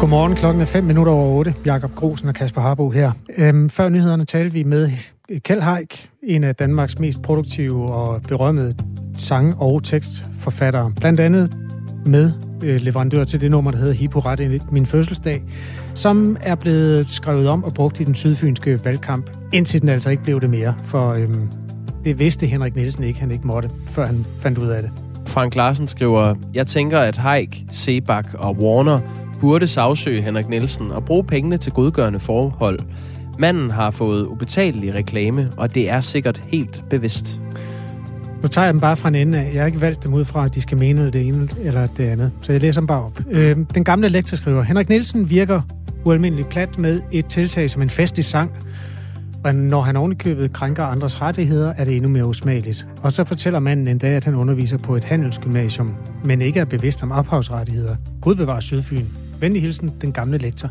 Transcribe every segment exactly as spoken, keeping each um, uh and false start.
Godmorgen, klokken er fem minutter over otte. Jakob Grosen og Kasper Harbo her. Øhm, før nyhederne talte vi med Kjeld Haik, en af Danmarks mest produktive og berømmede sang- og tekstforfattere. Blandt andet med øh, leverandør til det nummer, der hedder Hip Hurra, min fødselsdag, som er blevet skrevet om og brugt i den sydfynske valgkamp, indtil den altså ikke blev det mere. For øhm, det vidste Henrik Nielsen ikke, han ikke måtte, før han fandt ud af det. Frank Larsen skriver, jeg tænker, at Haik, Sebak og Warner burde sagsøge Henrik Nielsen og bruge pengene til godgørende forhold. Manden har fået ubetalelig reklame, og det er sikkert helt bevidst. Nu tager jeg dem bare fra en ende af. Jeg har ikke valgt dem ud fra, at de skal mene det ene eller det andet. Så jeg læser dem bare op. Øh, den gamle lektor skriver, Henrik Nielsen virker ualmindeligt plat med et tiltag som en festlig sang. Og når han ovenikøbet krænker andres rettigheder, er det endnu mere usmageligt. Og så fortæller manden en dag, at han underviser på et handelsgymnasium, men ikke er bevidst om ophavsrettigheder. Gud bevarer Sydfyn. Venlig hilsen, den gamle lektor.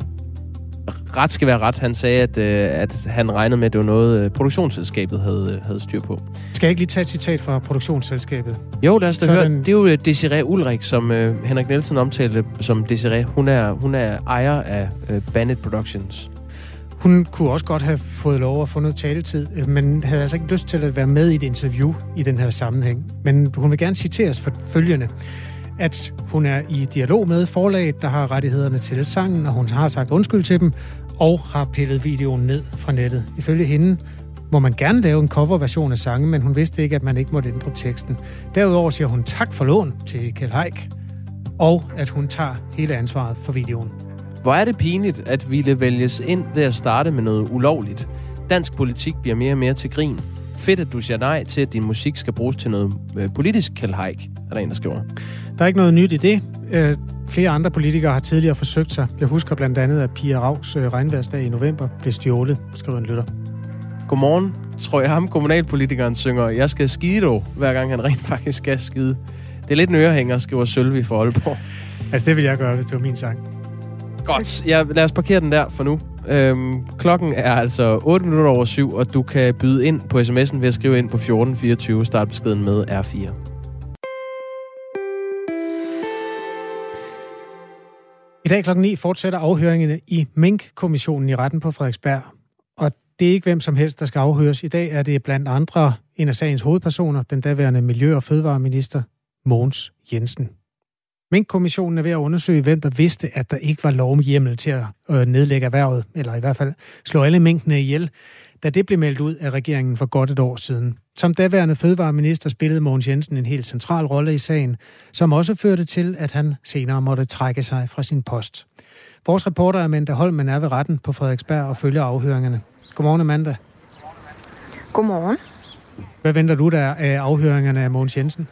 Ret skal være ret. Han sagde, at, øh, at han regnede med, at det var noget, øh, produktionsselskabet havde, havde styr på. Skal jeg ikke lige tage et citat fra produktionsselskabet? Jo, lad os da høre. Den... Det er jo Desiree Ulrik, som øh, Henrik Nielsen omtalte som Desiree. Hun er, hun er ejer af øh, Bandit Productions. Hun kunne også godt have fået lov at få noget taletid, men havde altså ikke lyst til at være med i et interview i den her sammenhæng. Men hun vil gerne citeres for følgende, at hun er i dialog med forlaget, der har rettighederne til sangen, og hun har sagt undskyld til dem, og har pillet videoen ned fra nettet. Ifølge hende må man gerne lave en coverversion af sangen, men hun vidste ikke, at man ikke måtte ændre teksten. Derudover siger hun tak for lån til Kjeld Haik, og at hun tager hele ansvaret for videoen. Hvor er det pinligt, at ville vælges ind ved at starte med noget ulovligt. Dansk politik bliver mere og mere til grin. Fedt, at du siger nej til, at din musik skal bruges til noget øh, politisk, Kjeld Haik, er der en, der skriver. Der er ikke noget nyt i det. Øh, flere andre politikere har tidligere forsøgt sig. Jeg husker blandt andet, at Pia Raus øh, regnværsdag i november blev stjålet, skriver en lytter. Godmorgen. Tror jeg ham, kommunalpolitikeren, synger, jeg skal skide dog, hver gang han rent faktisk skal skide. Det er lidt en ørehænger, skriver Sølvi for Aalborg. Altså, det vil jeg gøre, hvis det var min sang. Godt. Ja, lad os parkere den der for nu. Øhm, klokken er altså otte minutter over syv, og du kan byde ind på sms'en ved at skrive ind på fjorten fireogtyve. Start beskeden med R fire. I dag klokken ni fortsætter afhøringerne i Mink-kommissionen i retten på Frederiksberg. Og det er ikke hvem som helst, der skal afhøres. I dag er det blandt andre en af sagens hovedpersoner, den daværende Miljø- og Fødevareminister Mogens Jensen. Mink-kommissionen er ved at undersøge, hvem der vidste, at der ikke var lovhjemmel til at øh, nedlægge erhvervet, eller i hvert fald slå alle minkene ihjel, da det blev meldt ud af regeringen for godt et år siden. Som daværende fødevareminister spillede Mogens Jensen en helt central rolle i sagen, som også førte til, at han senere måtte trække sig fra sin post. Vores reporter Amanda Holmen er ved retten på Frederiksberg og følger afhøringerne. Godmorgen, Amanda. Godmorgen. Hvad venter du der af afhøringerne af Mogens Jensen?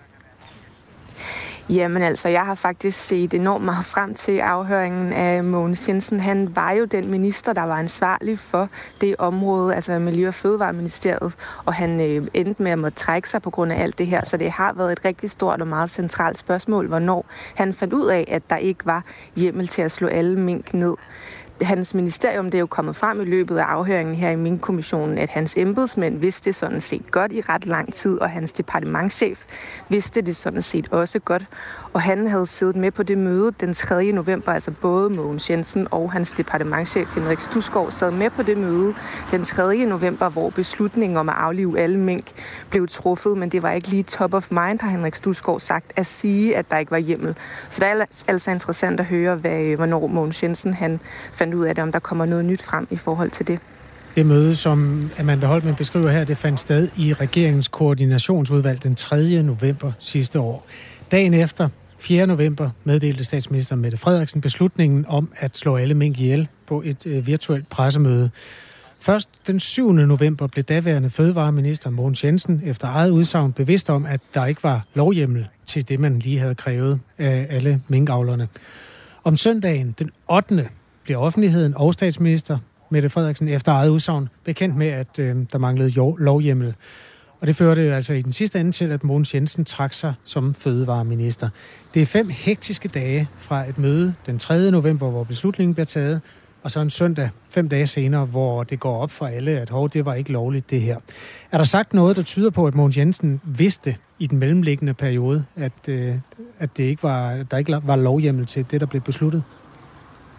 Jamen altså, jeg har faktisk set enormt meget frem til afhøringen af Mogens Jensen. Han var jo den minister, der var ansvarlig for det område, altså Miljø- og Fødevareministeriet, og han øh, endte med at måtte trække sig på grund af alt det her, så det har været et rigtig stort og meget centralt spørgsmål, hvornår han fandt ud af, at der ikke var hjemmel til at slå alle mink ned. Hans ministerium, det er jo kommet frem i løbet af afhøringen her i Mink-kommissionen, at hans embedsmænd vidste det sådan set godt i ret lang tid, og hans departementschef vidste det sådan set også godt. Og han havde siddet med på det møde den tredje november, altså både Mogens Jensen og hans departementschef Henrik Studsgaard sad med på det møde den tredje november, hvor beslutningen om at aflive alle mink blev truffet, men det var ikke lige top of mind, har Henrik Studsgaard sagt, at sige, at der ikke var hjemmel. Så det er altså interessant at høre, hvad, hvornår Mogens Jensen han fandt ud af det, om der kommer noget nyt frem i forhold til det. Det møde, som Amanda Holmen beskriver her, det fandt sted i regeringens koordinationsudvalg den tredje november sidste år. Dagen efter, fjerde november, meddelte statsminister Mette Frederiksen beslutningen om at slå alle mink ihjel på et øh, virtuelt pressemøde. Først den syvende november blev daværende fødevareminister Mogens Jensen efter eget udsagn bevidst om, at der ikke var lovhjemmel til det, man lige havde krævet af alle minkavlerne. Om søndagen, den ottende blev offentligheden og statsminister Mette Frederiksen efter eget udsagn bekendt med, at øh, der manglede jo, lovhjemmel. Og det førte altså i den sidste ende til, at Mogens Jensen trak sig som fødevareminister. Det er fem hektiske dage fra et møde den tredje november, hvor beslutningen bliver taget, og så en søndag, fem dage senere, hvor det går op for alle, at hov, det var ikke lovligt det her. Er der sagt noget, der tyder på, at Mogens Jensen vidste i den mellemliggende periode, at, øh, at det ikke var, der ikke var lovhjemmel til det, der blev besluttet?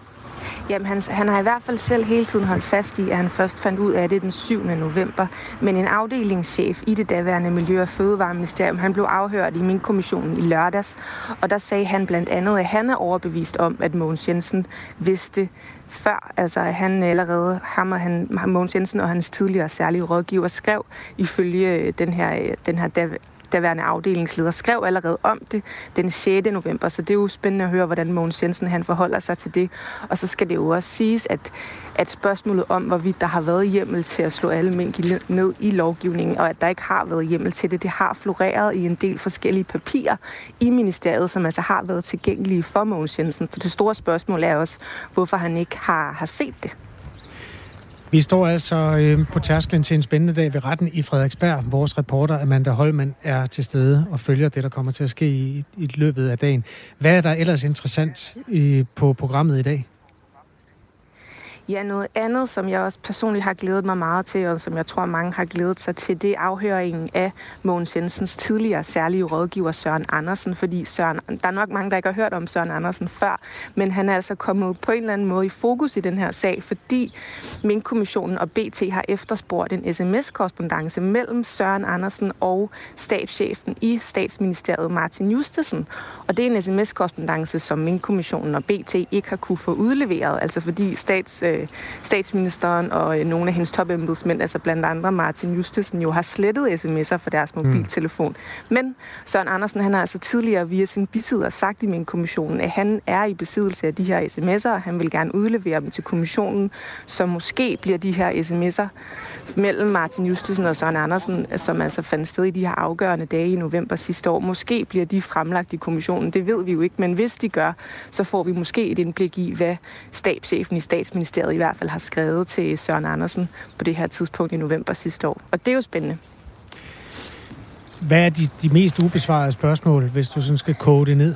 Jamen, han, han har i hvert fald selv hele tiden holdt fast i, at han først fandt ud af det den syvende november. Men en afdelingschef i det daværende Miljø- og Fødevareministerium, han blev afhørt i Minkkommissionen i lørdags, og der sagde han blandt andet, at han er overbevist om, at Mogens Jensen vidste før, altså han allerede, ham og han, Mogens Jensen og hans tidligere særlige rådgiver skrev ifølge den her, den her dav- daværende afdelingsleder skrev allerede om det den sjette november, så det er jo spændende at høre, hvordan Mogens Jensen han forholder sig til det. Og så skal det jo også siges, at, at spørgsmålet om, hvorvidt der har været hjemmel til at slå alle mink ned i lovgivningen, og at der ikke har været hjemmel til det, det har floreret i en del forskellige papirer i ministeriet, som altså har været tilgængelige for Mogens Jensen. Så det store spørgsmål er også, hvorfor han ikke har, har set det. Vi står altså øh, på tærsklen til en spændende dag ved retten i Frederiksberg. Vores reporter Amanda Holman er til stede og følger det, der kommer til at ske i, i løbet af dagen. Hvad er der ellers interessant i, på programmet i dag? Ja, noget andet, som jeg også personligt har glædet mig meget til, og som jeg tror, mange har glædet sig til, det er afhøringen af Mogens Jensens tidligere særlige rådgiver Søren Andersen, fordi Søren, der er nok mange, der ikke har hørt om Søren Andersen før, men han er altså kommet på en eller anden måde i fokus i den her sag, fordi Minkkommissionen og B T har efterspurgt en sms-korrespondance mellem Søren Andersen og stabschefen i Statsministeriet, Martin Justesen. Og det er en sms-korrespondance, som Minkkommissionen og B T ikke har kunne få udleveret, altså fordi stats statsministeren og nogle af hendes topembedsmænd, altså blandt andre Martin Justesen, jo har slettet sms'er fra deres mobiltelefon. Mm. Men Søren Andersen, han har altså tidligere via sin bisidder sagt i Minkkommissionen, at han er i besiddelse af de her sms'er, og han vil gerne udlevere dem til kommissionen, så måske bliver de her sms'er mellem Martin Justesen og Søren Andersen, som altså fandt sted i de her afgørende dage i november sidste år, måske bliver de fremlagt i kommissionen. Det ved vi jo ikke, men hvis de gør, så får vi måske et indblik i, hvad stabschefen i Statsministeriet i hvert fald har skrevet til Søren Andersen på det her tidspunkt i november sidste år. Og det er jo spændende. Hvad er de, de mest ubesvarede spørgsmål, hvis du sådan skal koge det ned?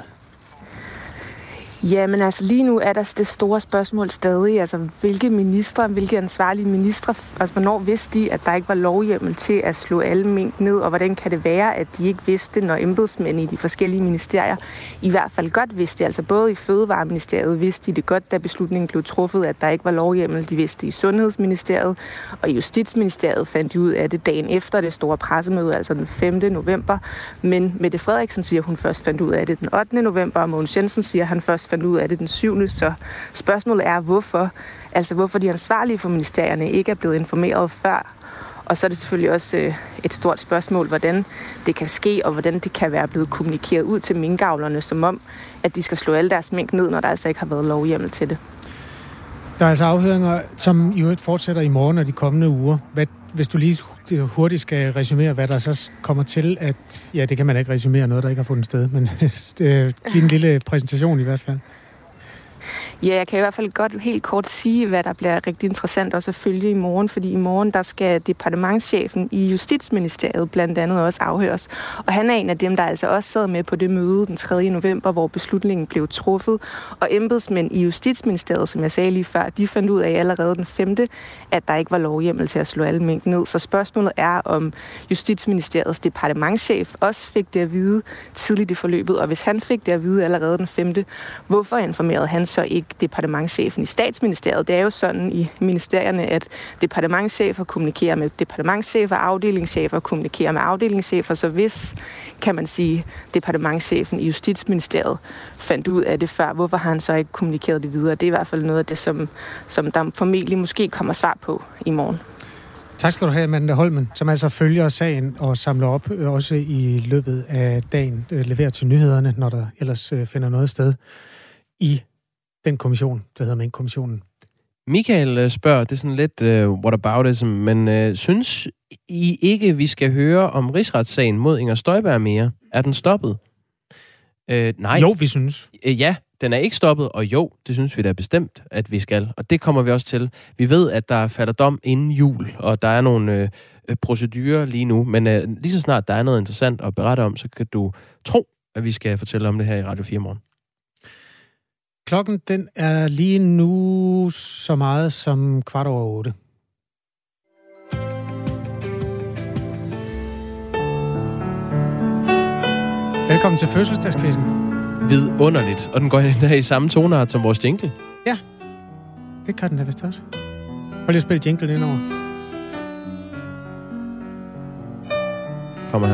Jamen altså lige nu er der det store spørgsmål stadig, altså hvilke ministre, hvilke ansvarlige ministre, altså hvornår vidste de, at der ikke var lovhjemmel til at slå alle mink ned, og hvordan kan det være, at de ikke vidste, når embedsmænd i de forskellige ministerier i hvert fald godt vidste, altså både i Fødevareministeriet vidste de det godt, da beslutningen blev truffet, at der ikke var lovhjemmel, de vidste i Sundhedsministeriet, og i Justitsministeriet fandt de ud af det dagen efter det store pressemøde, altså den femte november, men Mette Frederiksen siger, hun først fandt ud af det den ottende november, og Mogens Jensen siger, han først fandt ud af det den syvende Så spørgsmålet er, hvorfor, altså hvorfor de ansvarlige for ministerierne ikke er blevet informeret før. Og så er det selvfølgelig også øh, et stort spørgsmål, hvordan det kan ske, og hvordan det kan være blevet kommunikeret ud til minkavlerne, som om, at de skal slå alle deres mink ned, når der altså ikke har været lovhjemmel til det. Der er altså afhøringer, som i øvrigt fortsætter i morgen og de kommende uger. Hvad, hvis du lige hurtigt skal resumere, hvad der så kommer til, at... Ja, det kan man ikke resumere noget, der ikke har fundet sted, men give en lille præsentation i hvert fald. Ja, jeg kan i hvert fald godt helt kort sige, hvad der bliver rigtig interessant også at følge i morgen, fordi i morgen der skal departementschefen i Justitsministeriet blandt andet også afhøres. Og han er en af dem, der altså også sad med på det møde den tredje november, hvor beslutningen blev truffet. Og embedsmænd i Justitsministeriet, som jeg sagde lige før, de fandt ud af allerede den femte at der ikke var lovhjemmel til at slå alle mink ned. Så spørgsmålet er, om Justitsministeriets departementschef også fik det at vide tidligt i forløbet. Og hvis han fik det at vide allerede den femte hvorfor informerede han så ikke departementschefen i Statsministeriet? Det er jo sådan i ministerierne, at departementschefer kommunikerer med departementschefer, afdelingschefer kommunikerer med afdelingschefer, så hvis, kan man sige, departementschefen i Justitsministeriet fandt ud af det før, hvorfor har han så ikke kommunikeret det videre? Det er i hvert fald noget af det, som, som der formentlig måske kommer svar på i morgen. Tak skal du have, Amanda Holmen, som altså følger sagen og samler op også i løbet af dagen, leverer til nyhederne, når der ellers finder noget sted i den kommission, der hedder Minkkommissionen. Michael spørger, det er sådan lidt uh, whataboutism, men uh, synes I ikke, vi skal høre om rigsretssagen mod Inger Støjberg mere? Er den stoppet? Uh, nej. Jo, vi synes. Uh, ja, den er ikke stoppet, og jo, det synes vi da bestemt, at vi skal. Og det kommer vi også til. Vi ved, at der falder dom inden jul, og der er nogle uh, procedurer lige nu, men uh, lige så snart der er noget interessant at berette om, så kan du tro, at vi skal fortælle om det her i Radio fire morgen. Klokken, den er lige nu så meget som kvart over otte. Velkommen til fødselsdagskvisten. Vidunderligt. Og den går endda i samme tonart som vores jingle. Ja. Det kan den da vist også. Prøv lige at spille jingle ind over. Kommer her.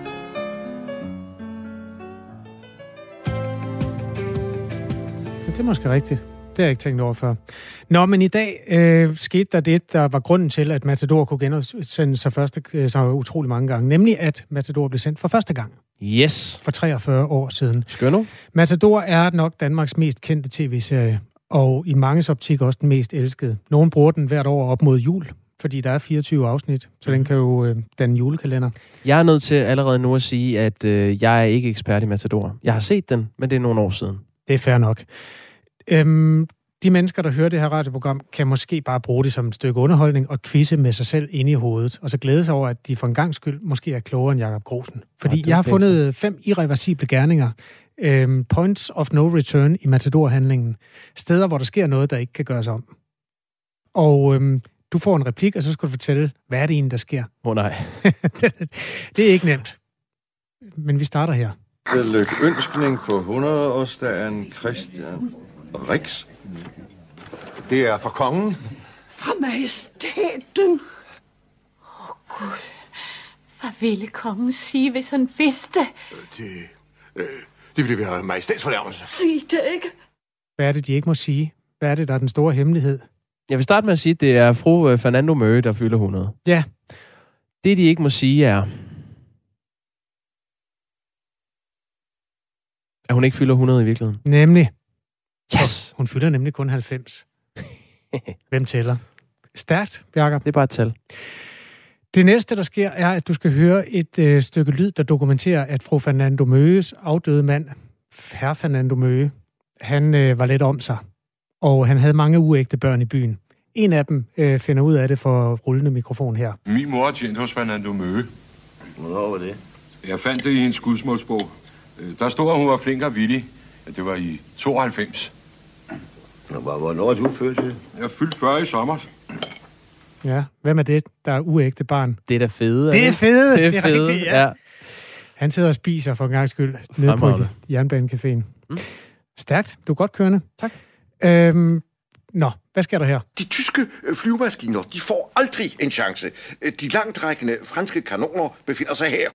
Ja, det er måske rigtigt. Det har jeg ikke tænkt over før. Nå, men i dag øh, skete der det, der var grunden til, at Matador kunne genudsende sig første, øh, så utrolig mange gange. Nemlig, at Matador blev sendt for første gang. Yes. For treogfyrre år siden. Skønno. Matador er nok Danmarks mest kendte tv-serie, og i manges optik også den mest elskede. Nogen bruger den hvert år op mod jul, fordi der er fireogtyve afsnit, så den kan jo øh, danne julekalender. Jeg er nødt til allerede nu at sige, at øh, jeg er ikke ekspert i Matador. Jeg har set den, men det er nogle år siden. Det er fair nok. Øhm, de mennesker, der hører det her radioprogram, kan måske bare bruge det som et stykke underholdning og quizze med sig selv inde i hovedet, og så glæde sig over, at de for en gang skyld måske er klogere end Jakob Grosen. Fordi ja, jeg har fundet fem irreversible gerninger, øhm, points of no return i Matador-handlingen. Steder, hvor der sker noget, der ikke kan gøres om. Og øhm, du får en replik, og så skal du fortælle, hvad er det egentlig, der sker? Åh oh, nej. det, det er ikke nemt. Men vi starter her. Lykønskning på hundrede-årsdagen Christian Rix. Det er fra kongen. Fra majestæten. Åh, oh, Gud. Hvad ville kongen sige, hvis han vidste? Det, øh, det ville være majestætsfornærmelse. Sig det ikke. Hvad er det, de ikke må sige? Hvad er det, der er den store hemmelighed? Jeg vil starte med at sige, at det er fru Fernando Møge, der fylder hundrede. Ja. Det, de ikke må sige, er, at hun ikke fylder hundrede i virkeligheden. Nemlig. Yes! Hun fylder nemlig kun halvfems. Hvem tæller? Stærkt, Jakob. Det er bare et tal. Det næste, der sker, er, at du skal høre et øh, stykke lyd, der dokumenterer, at fru Fernando Møges afdøde mand, herr Fernando Møge, han øh, var lidt om sig. Og han havde mange uægte børn i byen. En af dem øh, finder ud af det for rullende mikrofon her. Min mor er tjent hos Fernando Møge. Hvornår var det? Jeg fandt det i hendes skudsmålsbog. Der stod, at hun var flink og villig. Det var i tooghalvfems. Hvornår er du født til? Jeg er fyldt fyrre i sommer. Ja, hvem er det, der er uægte barn? Det er da fede. Det er fede! Det er, det er fede, rigtigt, ja. ja. Han sidder og spiser for en gang skyld nede på Jernbanecaféen. Mm. Stærkt. Du er godt kørende. Tak. Øhm, nå, hvad sker der her? De tyske flyvemaskiner, de får aldrig en chance. De langtrækkende franske kanoner befinder sig her.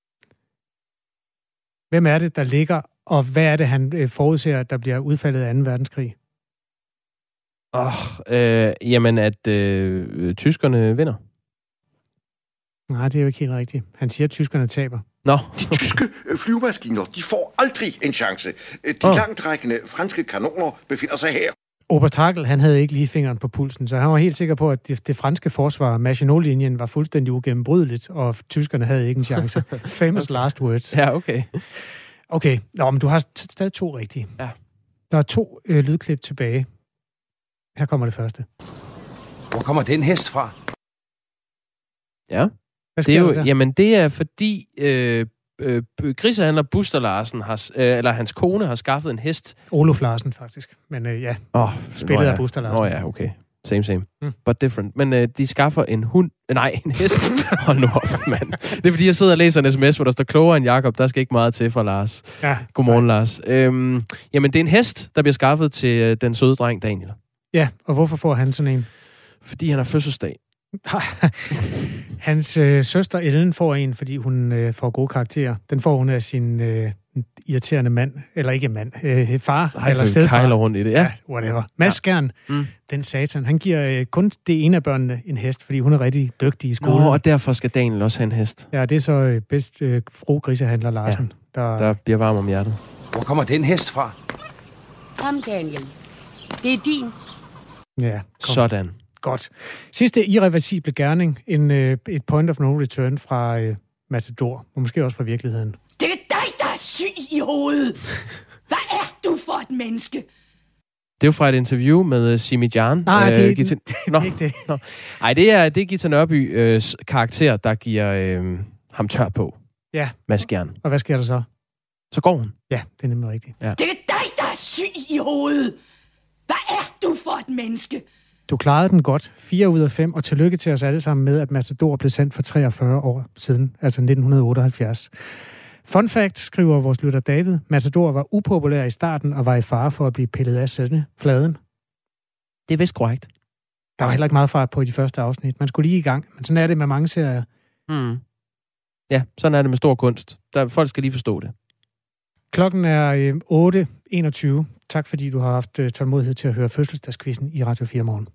Hvem er det, der ligger, og hvad er det, han forudser, at der bliver udfaldet af anden verdenskrig? Åh, oh, øh, jamen, at øh, tyskerne vinder. Nej, det er jo ikke helt rigtigt. Han siger, at tyskerne taber. Nå. De tyske flyvemaskiner, de får aldrig en chance. De oh. langtrækkende franske kanoner befinder sig her. Oberst Hagel, han havde ikke lige fingeren på pulsen, så han var helt sikker på, at det, det franske forsvar, Maginot-linjen, var fuldstændig ugennembrydligt, og tyskerne havde ikke en chance. Famous last words. Ja, okay. Okay, nå, men du har stadig to rigtige. Ja. Der er to øh, lydklip tilbage. Her kommer det første. Hvor kommer den hest fra? Ja. Hvad det er jo, der? jamen, det er fordi øh, øh, grisehandler Buster Larsen, har, øh, eller hans kone, har skaffet en hest. Olof Larsen, faktisk. Men øh, ja, oh, spillet ja. af Buster Larsen. Nå ja, okay. Same, same. Mm. But different. Men øh, de skaffer en hund... Øh, nej, en hest. Hold nu op, mand. Det er fordi, jeg sidder og læser en sms, hvor der står klogere end Jakob. Der skal ikke meget til fra Lars. Ja. Godmorgen, Lars. Øhm, jamen, det er en hest, der bliver skaffet til øh, den søde dreng, Daniel. Ja, og hvorfor får han sådan en? Fordi han har fødselsdag. Hans øh, søster Ellen får en, fordi hun øh, får gode karakterer. Den får hun af sin øh, irriterende mand, eller ikke mand, øh, far Ej, eller stedfar. Kejler rundt i det, ja. ja whatever. Mads Skjern, ja. mm. den satan, han giver øh, kun det ene af børnene en hest, fordi hun er rigtig dygtig i skolen. Nå, og derfor skal Daniel også have en hest. Ja, det er så øh, bedst øh, fru grisehandler Larsen. Ja, der... der bliver varm om hjertet. Hvor kommer den hest fra? Kom, Daniel. Det er din. Ja, kom. Sådan. Godt. Sidste irreversible gerning, en, øh, et point of no return fra øh, Matador, og måske også fra virkeligheden. Det er dig, der er syg i hovedet. Hvad er du for et menneske? Det er jo fra et interview med uh, Simi Jan. Nej, det er, uh, ikke, Gita... det er ikke det. Nå. Ej, det er, det er Gita Nørbys øh, karakter, der giver øh, ham tør på. Ja. Mads Skjern. Og hvad sker der så? Så går hun. Ja, det er nemlig rigtigt. Ja. Det er dig, der er syg i hovedet. Hvad er du for et menneske? Du klarede den godt. Fire ud af fem, og tillykke til os alle sammen med, at Matador blev sendt for treogfyrre år siden, altså nitten otteoghalvfjerds. Fun fact, skriver vores lytter David, Matador var upopulær i starten og var i fare for at blive pillet af sende fladen. Det er vist korrekt. Der var heller ikke meget fart på i de første afsnit. Man skulle lige i gang, men sådan er det med mange serier. Mm. Ja, sådan er det med stor kunst. Der, folk skal lige forstå det. Klokken er øh, otte enogtyve. Tak fordi du har haft øh, tålmodighed til at høre fødselsdagskvisten i Radio fire Morgen.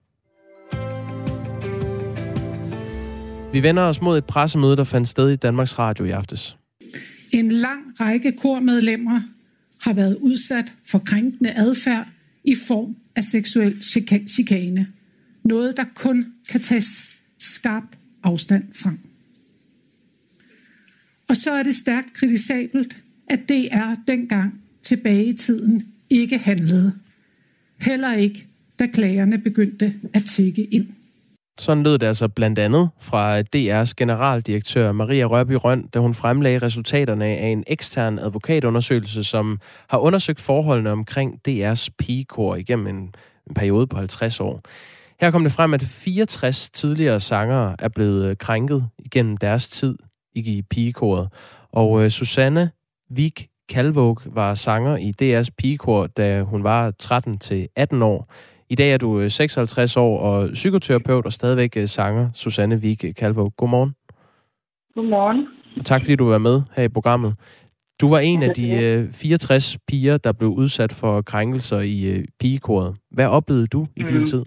Vi vender os mod et pressemøde, der fandt sted i Danmarks Radio i aftes. En lang række kormedlemmer har været udsat for krænkende adfærd i form af seksuel chikane. Noget, der kun kan tages skarpt afstand fra. Og så er det stærkt kritisabelt, at D R dengang tilbage i tiden ikke handlede. Heller ikke, da klagerne begyndte at tikke ind. Sådan lød det altså blandt andet fra D R's generaldirektør Maria Rørbye Rønn, da hun fremlagde resultaterne af en ekstern advokatundersøgelse, som har undersøgt forholdene omkring D R's pigekor igennem en, en periode på halvtreds år. Her kom det frem, at fireogtres tidligere sangere er blevet krænket igennem deres tid i pigekoret. Og uh, Susanne Vik Kalvåg var sanger i D R's pigekor, da hun var tretten til atten år. I dag er du seksoghalvtreds år og psykoterapeut og stadigvæk sanger, Susanne Vik Kalvåg. Godmorgen. Godmorgen. Og tak fordi du var med her i programmet. Du var en af de uh, fireogtres piger, der blev udsat for krænkelser i uh, pigekoret. Hvad oplevede du i mm. din tid?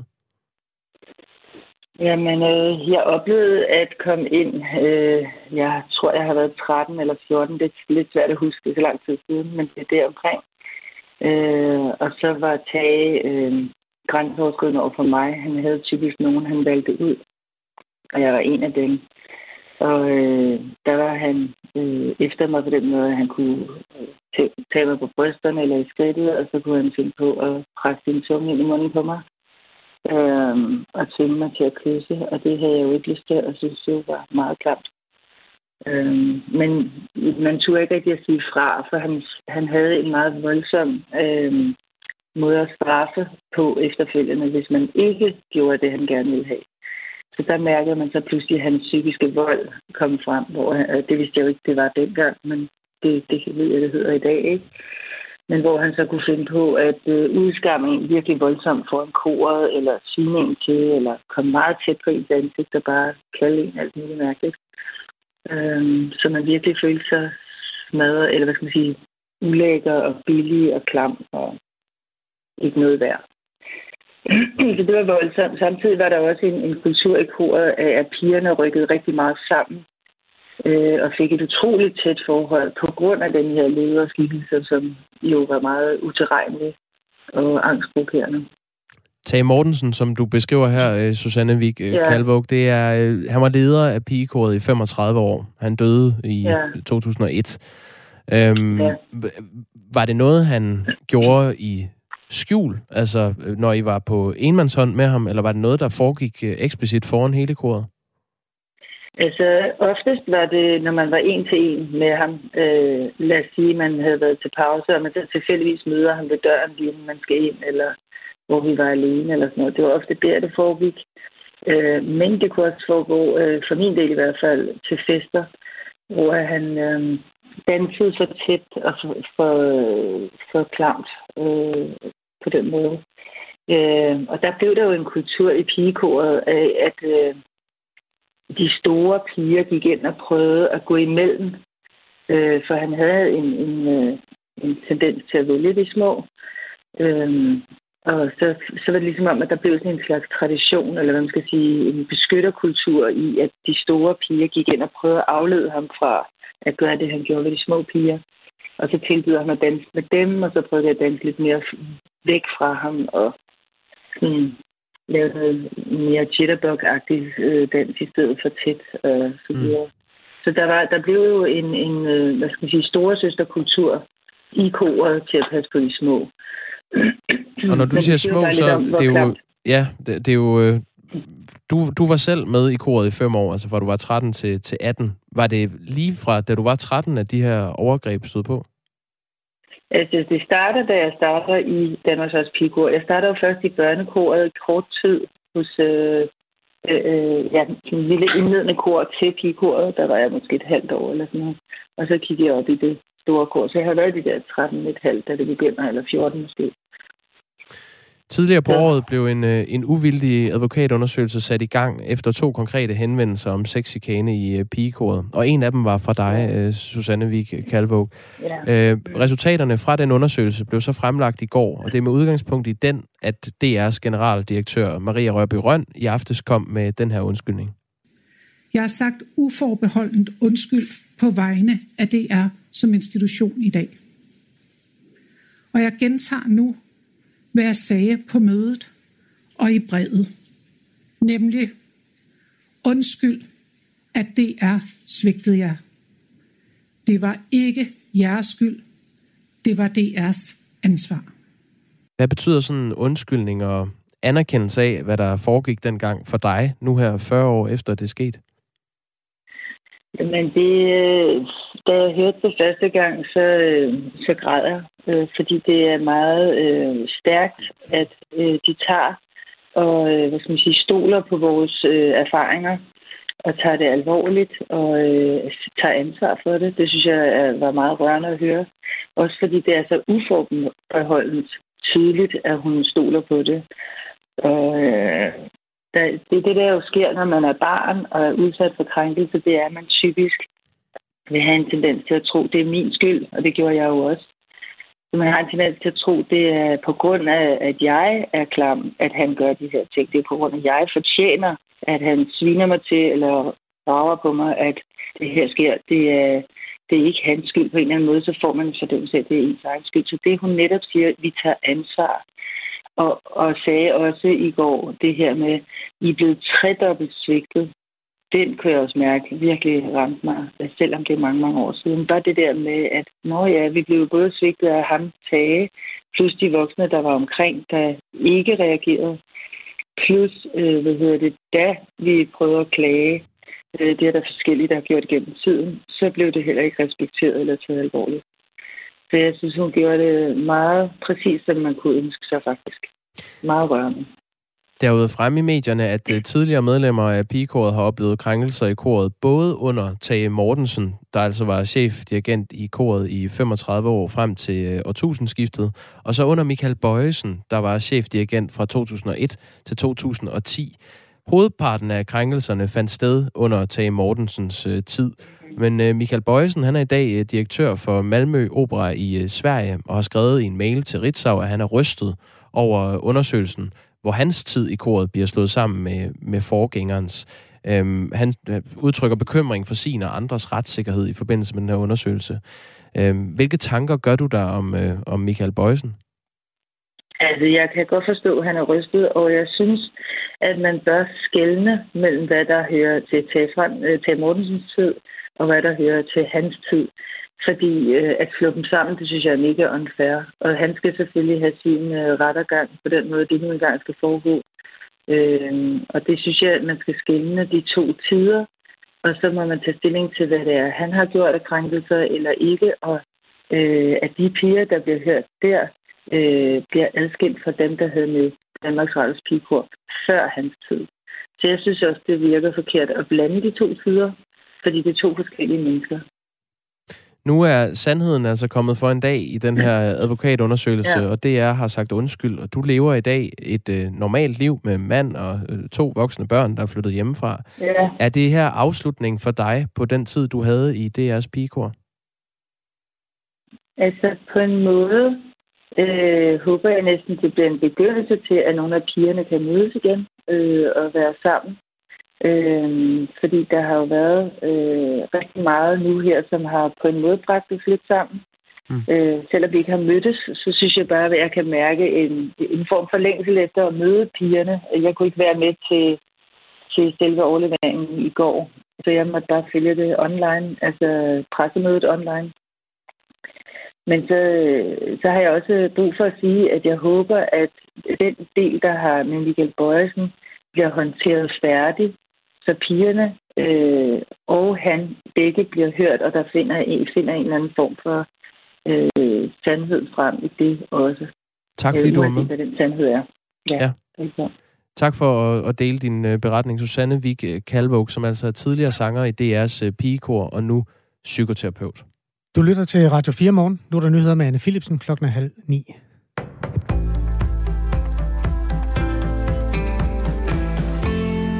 Jamen, øh, jeg oplevede at komme ind. Øh, jeg tror, jeg har været tretten eller fjorten. Det er lidt svært at huske, det er så lang tid siden, men det er deromkring. Øh, og så var Tage øh, grænseoverskridende over for mig. Han havde typisk nogen, han valgte ud. Og jeg var en af dem. Og øh, der var han øh, efter mig på den måde, at han kunne øh, tage mig på brysterne eller i skridtet, og så kunne han finde på at presse sin tunge ind i munden på mig. Øhm, og tvinge mig til at kysse, og det havde jeg jo ikke lyst til, og synes det var meget klamt. Øhm, men man turde ikke rigtig at sige fra, for han, han havde en meget voldsom øhm, måde at straffe på efterfølgende, hvis man ikke gjorde det, han gerne ville have. Så der mærkede man så pludselig, at hans psykiske vold kom frem, hvor øh, det vidste jeg jo ikke, det var dengang, men det, det ved jeg, det hedder i dag, ikke? Men hvor han så kunne finde på at øh, udskamme en virkelig voldsomt foran koret, eller sige en til, eller komme meget tæt på ens ansigt og bare kalde en alt muligt mærkeligt. Øhm, så man virkelig følte sig smadret, eller hvad skal man sige, ulækker og billig og klam og ikke noget værd. Så det var voldsomt. Samtidig var der også en, en kultur i koret af, at pigerne rykkede rigtig meget sammen. Og fik et utroligt tæt forhold på grund af den her lederskikkelse, som jo var meget utilregnelig og angstprovokerende. Tage Mortensen, som du beskriver her, Susanne Vik ja. Kalvåg, det er, han var leder af pigekoret i femogtredive år. Han døde i ja. to tusind og et. Øhm, ja. Var det noget, han gjorde i skjul, altså når I var på enmandshånd med ham, eller var det noget, der foregik eksplicit foran hele koret? Altså, oftest var det, når man var en til en med ham. Øh, lad os sige, man havde været til pause, og man så tilfældigvis møder ham ved døren, lige inden man skal ind, eller hvor vi var alene, eller sådan noget. Det var ofte der, det foregik. Øh, men det kunne også foregå, øh, for min del i hvert fald, til fester, hvor han øh, dansede så tæt og for, for, for klamt øh, på den måde. Øh, og der blev der jo en kultur i pigekoret af, at øh, de store piger gik ind og prøvede at gå imellem, øh, for han havde en, en, øh, en tendens til at vælge de små. Øh, og så, så var det ligesom om, at der blev sådan en slags tradition, eller hvad man skal sige, en beskytterkultur i, at de store piger gik ind og prøvede at aflede ham fra at gøre det, han gjorde ved de små piger. Og så tilbyder han at danse med dem, og så prøvede jeg at danse lidt mere væk fra ham, og sådan lave noget mere jitterbug-agtigt øh, dans i stedet for tæt og så videre. Mm. Så der, var, der blev jo en, en øh, hvad skal man sige, storesøsterkultur i koret til at passe på de små. Og når du siger små, så om, det er jo, ja, det, det er jo, øh, du, du var selv med i koret i fem år, altså fra du var tretten til, til atten. Var det lige fra, da du var tretten, at de her overgreb stod på? Altså, det starter, da jeg starter i Danmarks Pigekor. Jeg starter jo først i børnekoret i kort tid hos øh, øh, ja, en lille indledende kor til pigekoret. Der var jeg måske et halvt år eller sådan noget. Og så kiggede jeg op i det store kor. Så jeg har været i de der tretten et halvt, da det begynder, eller fjorten måske. Tidligere på året blev en, en uvildig advokatundersøgelse sat i gang efter to konkrete henvendelser om sexchikane i pigekoret. Og en af dem var fra dig, Susanne Vig Kalvåg. Ja. Øh, resultaterne fra den undersøgelse blev så fremlagt i går, og det er med udgangspunkt i den, at D R's generaldirektør Maria Rørbye Rønn i aftes kom med den her undskyldning. Jeg har sagt uforbeholdent undskyld på vegne af D R som institution i dag. Og jeg gentager nu, hvad jeg sagde på mødet og i brevet. Nemlig, undskyld, at D R svigtede jer. Det var ikke jeres skyld. Det var D R's ansvar. Hvad betyder sådan en undskyldning og anerkendelse af, hvad der foregik dengang for dig, nu her fyrre år efter det skete? Men det, da jeg hørte det første gang, så, så græd jeg, fordi det er meget øh, stærkt, at øh, de tager og hvad skal man sige, stoler på vores øh, erfaringer og tager det alvorligt og øh, tager ansvar for det. Det synes jeg var meget rørende at høre. Også fordi det er så uforbeholdent tydeligt, at hun stoler på det. Og øh, det er det, der jo sker, når man er barn og er udsat for krænkelse, det er, at man typisk vil have en tendens til at tro, det er min skyld, og det gjorde jeg jo også. Så man har en tendens til at tro, det er på grund af, at jeg er klam, at han gør de her ting. Det er på grund af, at jeg fortjener, at han sviner mig til, eller rager på mig, at det her sker. Det er, det er ikke hans skyld på en eller anden måde, så får man en fordømmelse af, at det er ens egen skyld. Så det, hun netop siger, at vi tager ansvar. Og, og sagde også i går det her med, I er blevet tredobbelt svigtet. Den kunne jeg også mærke virkelig ramte mig, selvom det er mange, mange år siden. Bare det der med, at nå ja, vi blev både svigtet af ham, Tage, plus de voksne, der var omkring, der ikke reagerede. Plus, øh, hvad hedder det, da vi prøvede at klage, øh, det er der forskellige, der har gjort gennem tiden, så blev det heller ikke respekteret eller taget alvorligt. Så jeg synes, hun gjorde det meget præcist, som man kunne ønske sig faktisk. Meget rørende. Der er jo fremme i medierne, at tidligere medlemmer af pigekoret har oplevet krænkelser i koret, både under Tage Mortensen, der altså var chefdirigent i koret i femogtredive år frem til årtusindskiftet, og så under Michael Bojesen, der var chefdirigent fra to tusind og et til to tusind og ti. Hovedparten af krænkelserne fandt sted under Tage Mortensens øh, tid. Men øh, Michael Bojesen, han er i dag øh, direktør for Malmø Opera i øh, Sverige, og har skrevet i en mail til Ritzau, at han er rystet over undersøgelsen, hvor hans tid i koret bliver slået sammen med, med forgængerens. Øhm, han udtrykker bekymring for sin og andres retssikkerhed i forbindelse med den her undersøgelse. Øhm, hvilke tanker gør du der om, øh, om Michael Bojesen? Altså, jeg kan godt forstå, at han er rystet, og jeg synes, at man bør skelne mellem, hvad der hører til Tage Mortensens tid, og hvad der hører til hans tid. Fordi øh, at slå dem sammen, det synes jeg er mega unfair. Og han skal selvfølgelig have sin øh, rettergang på den måde, det nu engang skal foregå. Øh, og det synes jeg, at man skal skelne de to tider. Og så må man tage stilling til, hvad det er, han har gjort af krænkelser eller ikke. Og øh, at de piger, der bliver hørt der, øh, bliver adskilt fra dem, der havde med Danmarks Radios pigekor før hans tid. Så jeg synes også, det virker forkert at blande de to tider, fordi det er to forskellige mennesker. Nu er sandheden altså kommet for en dag i den her advokatundersøgelse, ja. Og D R har sagt undskyld, og du lever i dag et øh, normalt liv med mand og øh, to voksne børn, der er flyttet hjemmefra. Ja. Er det her afslutning for dig på den tid, du havde i D R's pigekor? Altså på en måde øh, håber jeg næsten, det bliver en begyndelse til, at nogle af pigerne kan mødes igen øh, og være sammen. Øh, fordi der har jo været øh, rigtig meget nu her, som har på en måde bragt det lidt sammen. Mm. Øh, selvom vi ikke har mødtes, så synes jeg bare, at jeg kan mærke en, en form for længsel efter at møde pigerne. Jeg kunne ikke være med til, til selve overleveringen i går, så jeg måtte bare følge det online, altså pressemødet online. Men så, så har jeg også brug for at sige, at jeg håber, at den del, der har med Michael Bojesen, bliver håndteret færdigt, så pigerne øh, og han begge bliver hørt, og der finder en, finder en eller anden form for øh, sandhed frem i det også. Tak fordi øh, du var med. Hvad den sandhed er. Ja. ja. Tak for at, at dele din uh, beretning, Susanne Vig Kalvåg, som altså er tidligere sanger i D R's uh, pigekor og nu psykoterapeut. Du lytter til Radio fire Morgen. Nu er der nyheder med Anne Philipsen klokken halv ni.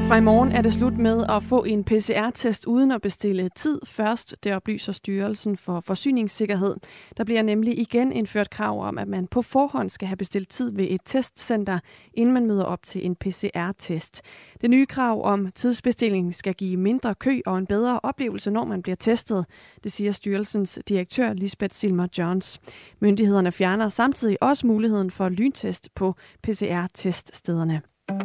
Fra i morgen er det slut med at få en P C R-test uden at bestille tid først. Det oplyser Styrelsen for Forsyningssikkerhed. Der bliver nemlig igen indført krav om, at man på forhånd skal have bestilt tid ved et testcenter, inden man møder op til en P C R-test. Det nye krav om tidsbestilling skal give mindre kø og en bedre oplevelse, når man bliver testet. Det siger styrelsens direktør Lisbeth Silmer Johns. Myndighederne fjerner samtidig også muligheden for lyntest på P C R-teststederne.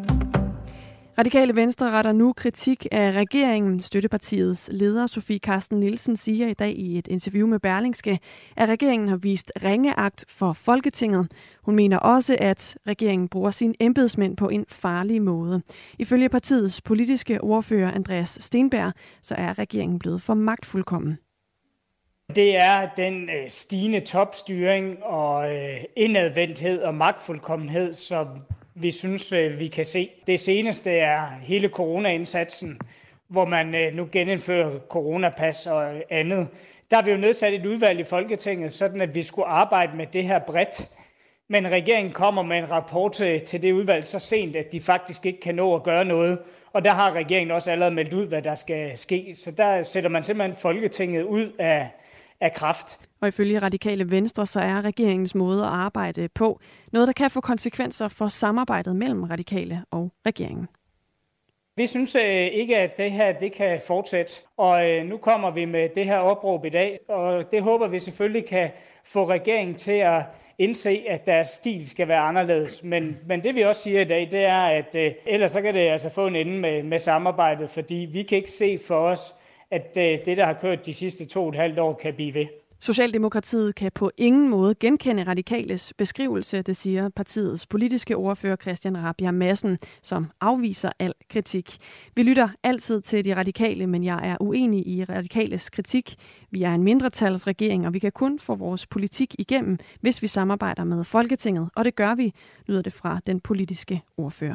Radikale Venstre retter nu kritik af regeringen. Støttepartiets leder, Sofie Carsten Nielsen, siger i dag i et interview med Berlingske, at regeringen har vist ringeagt for Folketinget. Hun mener også, at regeringen bruger sine embedsmænd på en farlig måde. Ifølge partiets politiske ordfører Andreas Steenberg, så er regeringen blevet for magtfuldkommen. Det er den øh, stigende topstyring og øh, indadvendthed og magtfuldkommenhed, som vi synes, vi kan se. Det seneste er hele coronaindsatsen, hvor man nu genindfører coronapas og andet. Der har vi jo nedsat et udvalg i Folketinget, sådan at vi skulle arbejde med det her bredt. Men regeringen kommer med en rapport til, til det udvalg så sent, at de faktisk ikke kan nå at gøre noget. Og der har regeringen også allerede meldt ud, hvad der skal ske. Så der sætter man simpelthen Folketinget ud af, af kraft. Og ifølge Radikale Venstre, så er regeringens måde at arbejde på noget, der kan få konsekvenser for samarbejdet mellem Radikale og regeringen. Vi synes ikke, at det her det kan fortsætte, og nu kommer vi med det her opråb i dag, og det håber vi selvfølgelig kan få regeringen til at indse, at deres stil skal være anderledes. Men, men det vi også siger i dag, det er, at øh, ellers så kan det altså få en ende med, med samarbejdet, fordi vi kan ikke se for os, at øh, det, der har kørt de sidste to og et halvt år, kan blive ved. Socialdemokratiet kan på ingen måde genkende Radikales beskrivelse, det siger partiets politiske ordfører Christian Rabjerg Madsen, som afviser al kritik. Vi lytter altid til de radikale, men jeg er uenig i Radikales kritik. Vi er en mindretalsregering, og vi kan kun få vores politik igennem, hvis vi samarbejder med Folketinget, og det gør vi, lyder det fra den politiske ordfører.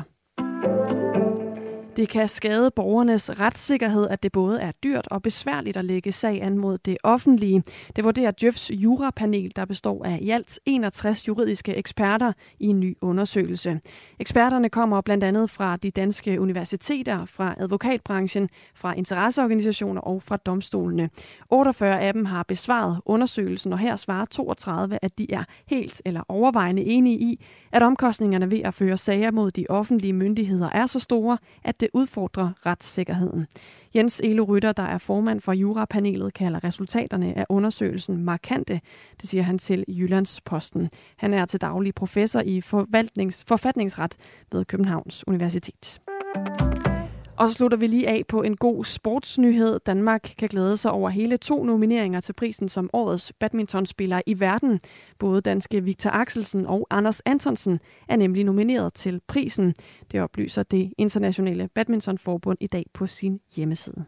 Det kan skade borgernes retssikkerhed, at det både er dyrt og besværligt at lægge sag an mod det offentlige. Det vurderer Djøfs jurapanel, der består af i alt enogtres juridiske eksperter i en ny undersøgelse. Eksperterne kommer blandt andet fra de danske universiteter, fra advokatbranchen, fra interesseorganisationer og fra domstolene. otteogfyrre af dem har besvaret undersøgelsen, og her svarer toogtredive, at de er helt eller overvejende enige i, at omkostningerne ved at føre sager mod de offentlige myndigheder er så store, at det udfordrer retssikkerheden. Jens Elo Rytter, der er formand for jurapanelet, kalder resultaterne af undersøgelsen markante. Det siger han til Jyllandsposten. Han er til daglig professor i forvaltnings- forfatningsret ved Københavns Universitet. Og så slutter vi lige af på en god sportsnyhed. Danmark kan glæde sig over hele to nomineringer til prisen som årets badmintonspiller i verden. Både danske Victor Axelsen og Anders Antonsen er nemlig nomineret til prisen. Det oplyser det internationale badmintonforbund i dag på sin hjemmeside.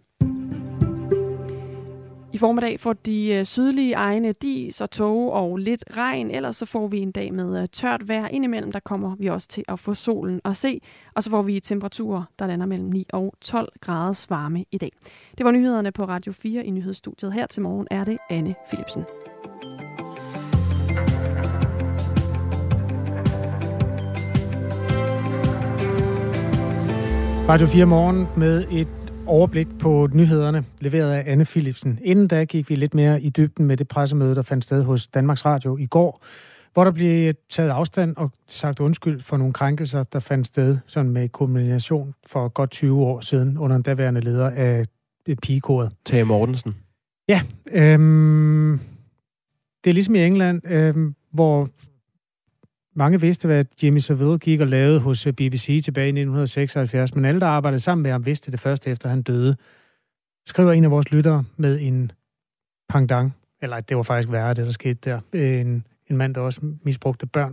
I formiddag får de sydlige egne dis og tåge og lidt regn. Ellers så får vi en dag med tørt vejr. Indimellem der kommer vi også til at få solen at se. Og så får vi temperaturer, der lander mellem ni og tolv graders varme i dag. Det var nyhederne på Radio fire i nyhedsstudiet. Her til morgen er det Anne Philipsen. Radio fire morgen med et overblik på nyhederne, leveret af Anne Philipsen. Inden da gik vi lidt mere i dybden med det pressemøde, der fandt sted hos Danmarks Radio i går, hvor der blev taget afstand og sagt undskyld for nogle krænkelser, der fandt sted sådan med kulmination for godt tyve år siden under en daværende leder af pigekoret. Tage Mortensen. Ja, øhm, det er ligesom i England, øhm, hvor mange vidste, hvad Jimmy Savile gik og lavede hos B B C tilbage i nitten seksoghalvfjerds, men alle, der arbejdede sammen med ham, vidste det først efter han døde. Skriver en af vores lyttere med en pendant, eller det var faktisk værre, det der skete der. En, en mand, der også misbrugte børn.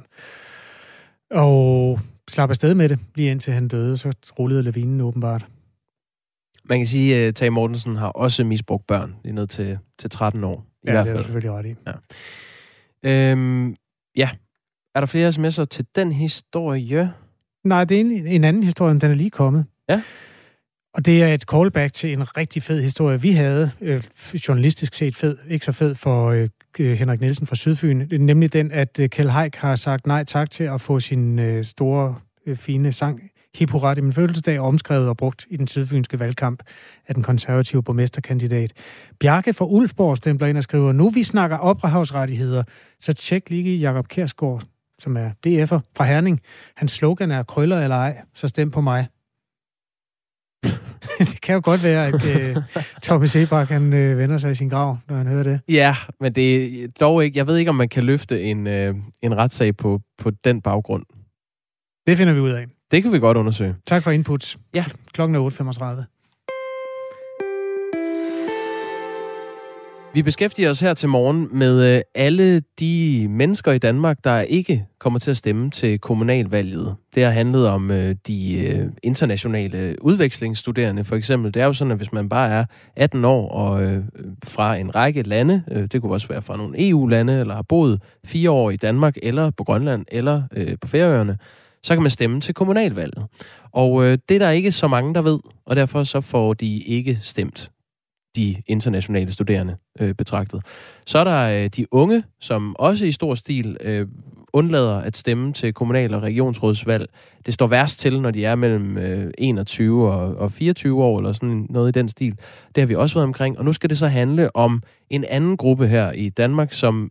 Og slap afsted med det, lige indtil han døde, så rullede lavinen åbenbart. Man kan sige, at Tage Mortensen har også misbrugt børn, lige ned til, til tretten år. I ja, hvert det fald. er selvfølgelig ret i. Ja. Øhm, ja. Er der flere sms'er til den historie? Nej, det er en, en anden historie, den er lige kommet. Ja. Og det er et callback til en rigtig fed historie, vi havde. Øh, journalistisk set fed, ikke så fed for øh, Henrik Nielsen fra Sydfyn. Nemlig den, at øh, Kjeld Haik har sagt nej tak til at få sin øh, store, øh, fine sang Hip hurra, det er min fødselsdag, omskrevet og brugt i den sydfynske valgkamp af den konservative borgmesterkandidat. Bjarke fra Ulfborg stempler ind og skriver, nu vi snakker ophavsrettigheder, så tjek lige Jakob Kjærsgaard, som er D F'er fra Herning. Hans slogan er krøller eller ej, så stem på mig. Det kan jo godt være, at øh, Tommy Seebach, han øh, vender sig i sin grav, når han hører det. Ja, men det er dog ikke... Jeg ved ikke, om man kan løfte en, øh, en retssag på, på den baggrund. Det finder vi ud af. Det kan vi godt undersøge. Tak for input. Ja. Klokken er otte femogtredive. Vi beskæftiger os her til morgen med alle de mennesker i Danmark, der ikke kommer til at stemme til kommunalvalget. Det har handlet om de internationale udvekslingsstuderende for eksempel. Det er jo sådan, at hvis man bare er atten år og fra en række lande, det kunne også være fra nogle E U-lande, eller har boet fire år i Danmark, eller på Grønland, eller på Færøerne, så kan man stemme til kommunalvalget. Og det er der ikke så mange, der ved, og derfor så får de ikke stemt, de internationale studerende øh, betragtet. Så er der øh, de unge, som også i stor stil øh, undlader at stemme til kommunal- og regionsrådsvalg. Det står værst til, når de er mellem øh, enogtyve og, og fireogtyve år, eller sådan noget i den stil. Det har vi også været omkring. Og nu skal det så handle om en anden gruppe her i Danmark, som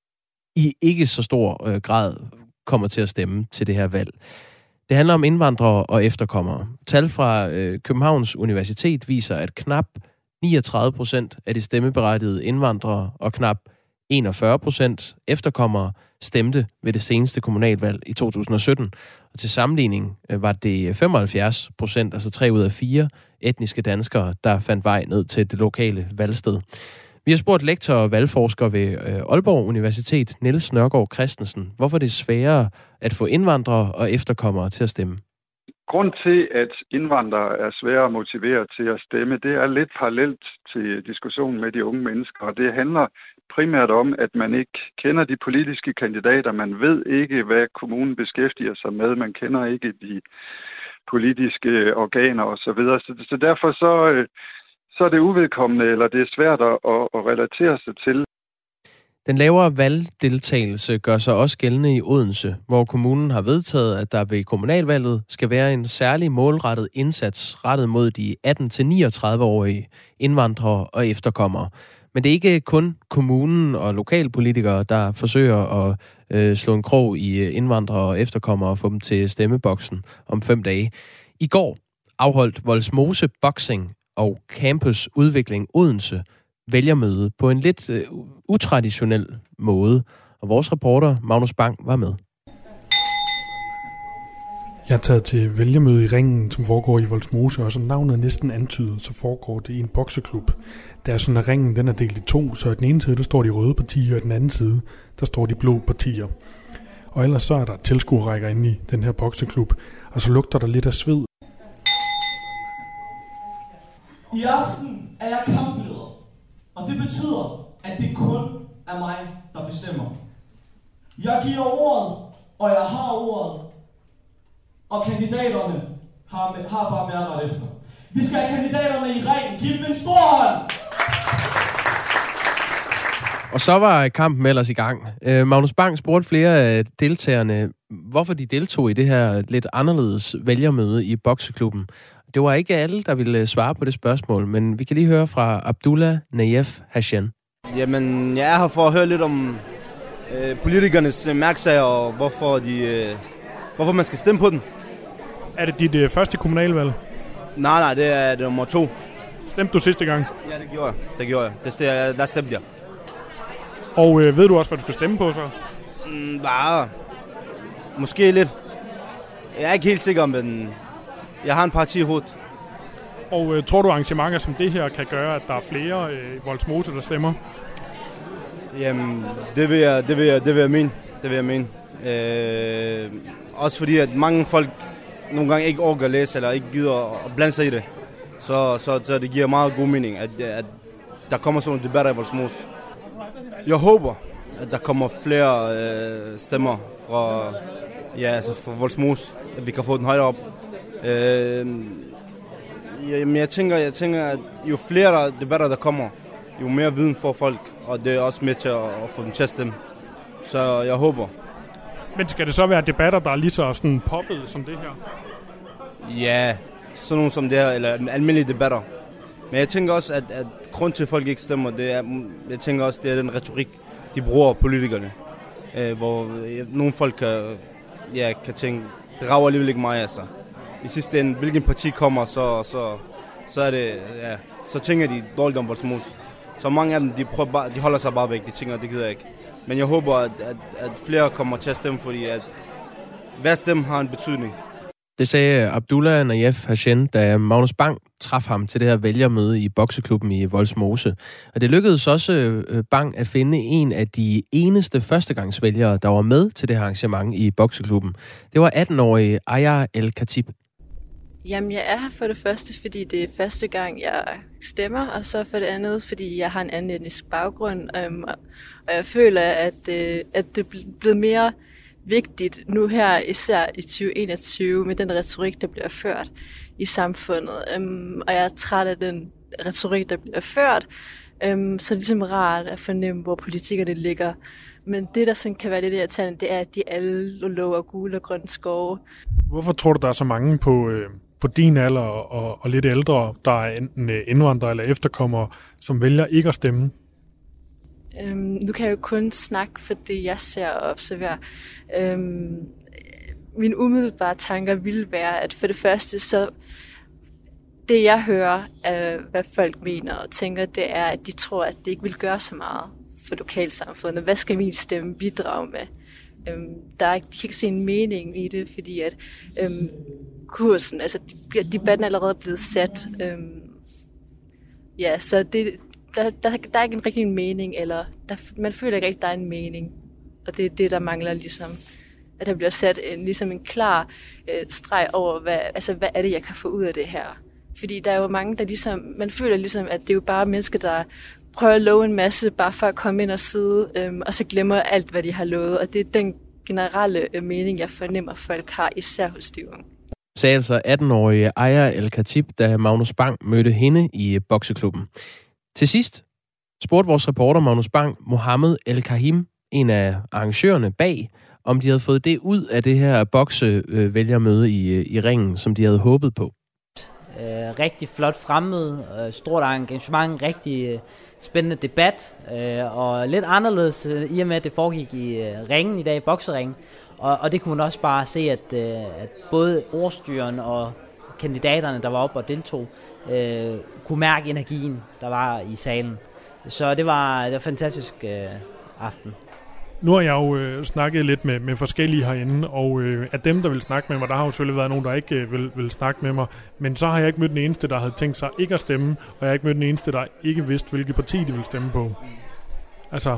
i ikke så stor øh, grad kommer til at stemme til det her valg. Det handler om indvandrere og efterkommere. Tal fra øh, Københavns Universitet viser, at knap niogtredive procent af de stemmeberettigede indvandrere og knap enogfyrre procent efterkommere stemte ved det seneste kommunalvalg i to tusind og sytten. Og til sammenligning var det femoghalvfjerds procent, altså tre ud af fire etniske danskere, der fandt vej ned til det lokale valgsted. Vi har spurgt lektor og valgforsker ved Aalborg Universitet, Niels Nørgaard Christensen, hvorfor det er sværere at få indvandrere og efterkommere til at stemme. Grund til, at indvandrere er svære at motivere til at stemme, det er lidt parallelt til diskussionen med de unge mennesker. Og det handler primært om, at man ikke kender de politiske kandidater. Man ved ikke, hvad kommunen beskæftiger sig med. Man kender ikke de politiske organer osv. Så, så derfor så, så er det uvedkommende, eller det er svært at, at relatere sig til. Den lavere valgdeltagelse gør sig også gældende i Odense, hvor kommunen har vedtaget, at der ved kommunalvalget skal være en særlig målrettet indsats rettet mod de atten til niogtredive-årige indvandrere og efterkommere. Men det er ikke kun kommunen og lokalpolitikere, der forsøger at øh, slå en krog i indvandrere og efterkommere og få dem til stemmeboksen om fem dage. I går afholdt Vollsmose Boxing og Campus Udvikling Odense vælgermøde på en lidt øh, utraditionel måde. Og vores reporter, Magnus Bang, var med. Jeg er taget til vælgermøde i Ringen, som foregår i Vollsmose, og som navnet næsten antyder, så foregår det i en bokseklub. Der er sådan, at Ringen den er delt i to, så i den ene side, der står de røde partier, og i den anden side, der står de blå partier. Og ellers så er der tilskuerrækker inde i den her bokseklub, og så lugter der lidt af sved. I aften er jeg kampleder. Og det betyder, at det kun er mig, der bestemmer. Jeg giver ordet, og jeg har ordet. Og kandidaterne har, har bare mere ret efter. Vi skal have kandidaterne i ring. Giv dem en stor hånd! Og så var kampen ellers i gang. Magnus Bang spurgte flere af deltagerne, hvorfor de deltog i det her lidt anderledes vælgermøde i bokseklubben. Det var ikke alle, der ville svare på det spørgsmål, men vi kan lige høre fra Abdullah Nayef Hashan. Jamen, jeg er her for at høre lidt om øh, politikernes mærkesager, og hvorfor, de, øh, hvorfor man skal stemme på den. Er det dit øh, første kommunalvalg? Nej, nej, det er det nummer to. Stemte du sidste gang? Ja, det gjorde jeg. Det gjorde jeg. Det, der, der stemte jeg. Og øh, ved du også, hvad du skal stemme på så? Mm, bare. Måske lidt. Jeg er ikke helt sikker, men jeg har en parti i hovedet. Og øh, tror du, arrangementer som det her kan gøre, at der er flere øh, Vollsmose, der stemmer? Jamen, det vil jeg, det vil jeg, det vil jeg mene. Det vil jeg mene. Øh, også fordi, at mange folk nogle gange ikke orker at læse, eller ikke gider at blande sig i det. Så, så, så det giver meget god mening, at, at der kommer sådan nogle debatter i Vollsmose. Jeg håber, at der kommer flere øh, stemmer fra, ja, altså fra Vollsmose, at vi kan få den højere op. Øh, jamen, jeg tænker, jeg tænker, at jo flere debatter der kommer, jo mere viden får folk, og det er også med til at, at få dem til at stemme. Så jeg håber. Men skal det så være debatter, der er lige så sådan poppet som det her? Ja, sådan nogle som det her, eller almindelige debatter. Men jeg tænker også, at, at grund til, at folk ikke stemmer, det er, jeg tænker også, det er den retorik, de bruger politikerne. Øh, hvor nogle folk kan, ja, kan tænke, det rager alligevel ikke mig, altså. I sidste ende, hvilken parti kommer, så, så, så er det, ja, så tænker de dårligt om Vollsmose. Så mange af dem, de, prøver bare, de holder sig bare væk, de tænker, det gider jeg ikke. Men jeg håber, at, at, at flere kommer til at stemme, fordi at hver stemme har en betydning. Det sagde Abdullah Nayef Hashen, da Magnus Bang traf ham til det her vælgermøde i bokseklubben i Vollsmose. Og det lykkedes også Bang at finde en af de eneste førstegangsvælgere, der var med til det her arrangement i bokseklubben. Det var atten-årige Aya El-Khatib. Jamen, jeg er her for det første, fordi det er første gang, jeg stemmer, og så for det andet, fordi jeg har en anden etnisk baggrund. Um, og jeg føler, at, uh, at det er blevet mere vigtigt nu her, især i tyve enogtyve, med den retorik, der bliver ført i samfundet. Um, og jeg er træt af den retorik, der bliver ført, um, så det er ligesom rart at fornemme, hvor politikerne ligger. Men det, der sådan kan være lidt irriterende, det er, at de alle lover gule og grønne skove. Hvorfor tror du, der er så mange på, øh, på din alder og, og lidt ældre, der er enten indvandrere eller efterkommere, som vælger ikke at stemme? Um, nu kan jeg jo kun snakke for det, jeg ser og observerer. Um, mine umiddelbare tanker ville være, at for det første, så det jeg hører af, hvad folk mener og tænker, det er, at de tror, at det ikke vil gøre så meget for lokalsamfundet. Hvad skal min stemme bidrage med? Um, der er ikke, de kan ikke se en mening i det, fordi at um, kursen, altså de, debatten er allerede blevet sat. Um, ja, så det Der, der, der er ikke en rigtig en mening, eller der, man føler ikke rigtig, der er en mening. Og det er det, der mangler ligesom, at der bliver sat en, ligesom en klar øh, streg over, hvad, altså, hvad er det, jeg kan få ud af det her. Fordi der er jo mange, der ligesom, man føler ligesom, at det er jo bare mennesker, der prøver at love en masse, bare for at komme ind og sidde, øhm, og så glemmer alt, hvad de har lovet. Og det er den generelle øh, mening, jeg fornemmer, folk har, især hos de unge. Sagde altså atten-årige Aya El-Khatib, da Magnus Bang mødte hende i bokseklubben. Til sidst spurgte vores reporter Magnus Bang Mohammed El-Kahim, en af arrangørerne bag, om de havde fået det ud af det her boksevælgermøde i, i ringen, som de havde håbet på. Øh, rigtig flot fremmøde, øh, stort engagement, rigtig øh, spændende debat, øh, og lidt anderledes øh, i og med, at det foregik i øh, ringen i dag, bokseringen. Og, og det kunne man også bare se, at, øh, at både ordstyren og kandidaterne, der var oppe og deltog, øh, kunne mærke energien, der var i salen. Så det var, det var en fantastisk øh, aften. Nu har jeg jo øh, snakket lidt med, med forskellige herinde, og øh, af dem, der vil snakke med mig, der har jo selvfølgelig været nogen, der ikke øh, vil, vil snakke med mig. Men så har jeg ikke mødt den eneste, der havde tænkt sig ikke at stemme, og jeg har ikke mødt den eneste, der ikke vidste, hvilket parti de ville stemme på. Altså,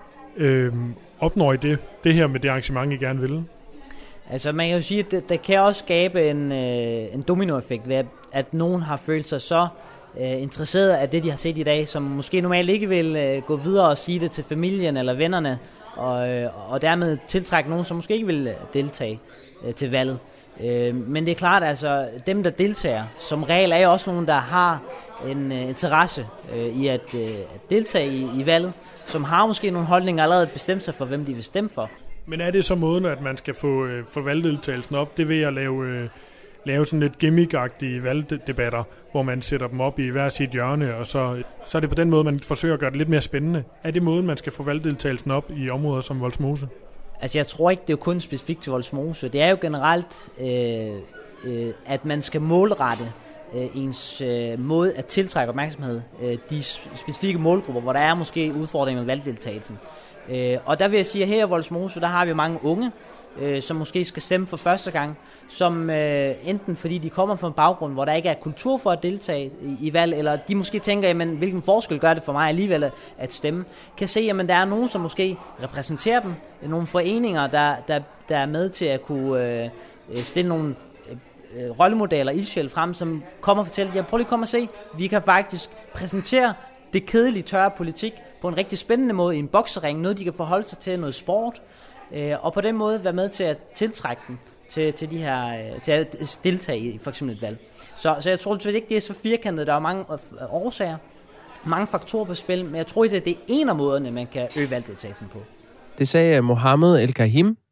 øh, opnår I det, det her med det arrangement, I gerne vil? Altså, man kan jo sige, at det, det kan også skabe en, øh, en dominoeffekt ved, at, at nogen har følt sig så øh, interesseret af det, de har set i dag, som måske normalt ikke vil øh, gå videre og sige det til familien eller vennerne, og, øh, og dermed tiltrække nogen, som måske ikke vil deltage øh, til valget. Øh, men det er klart, altså dem, der deltager, som regel er jo også nogen, der har en øh, interesse øh, i at, øh, at deltage i, i valget, som har måske nogle holdninger allerede bestemt sig for, hvem de vil stemme for. Men er det så måden, at man skal få, øh, få valgdeltagelsen op? Det vil jeg lave, øh, lave sådan lidt gimmick-agtige valgdebatter, hvor man sætter dem op i hver sit hjørne, og så, så er det på den måde, man forsøger at gøre det lidt mere spændende. Er det måden, man skal få valgdeltagelsen op i områder som Vollsmose? Altså jeg tror ikke, det er jo kun specifikt til Vollsmose. Det er jo generelt, øh, øh, at man skal målrette øh, ens øh, måde at tiltrække opmærksomhed. Øh, de specifikke målgrupper, hvor der er måske udfordringer med valgdeltagelsen. Øh, og der vil jeg sige, at her i Vollsmose, der har vi mange unge, øh, som måske skal stemme for første gang, som øh, enten fordi de kommer fra en baggrund, hvor der ikke er kultur for at deltage i, i valg, eller de måske tænker, jamen, hvilken forskel gør det for mig alligevel at stemme, kan se, at der er nogen, som måske repræsenterer dem, nogle foreninger, der, der, der er med til at kunne øh, stille nogle øh, rollemodeller, ildsjæl frem, som kommer og fortæller, ja, prøv lige at komme og se, vi kan faktisk præsentere det kedelige, tørre politik på en rigtig spændende måde i en boksering, noget de kan forholde sig til, noget sport, øh, og på den måde være med til at tiltrække dem til, til, de her, øh, til at deltage i for eksempel et valg. Så, så jeg tror ikke, det er så firkantet. Der er mange årsager, mange faktorer på spil, men jeg tror ikke, at det er en af måderne, man kan øge valgdeltagelsen på. Det sagde Mohammed El-Kahim,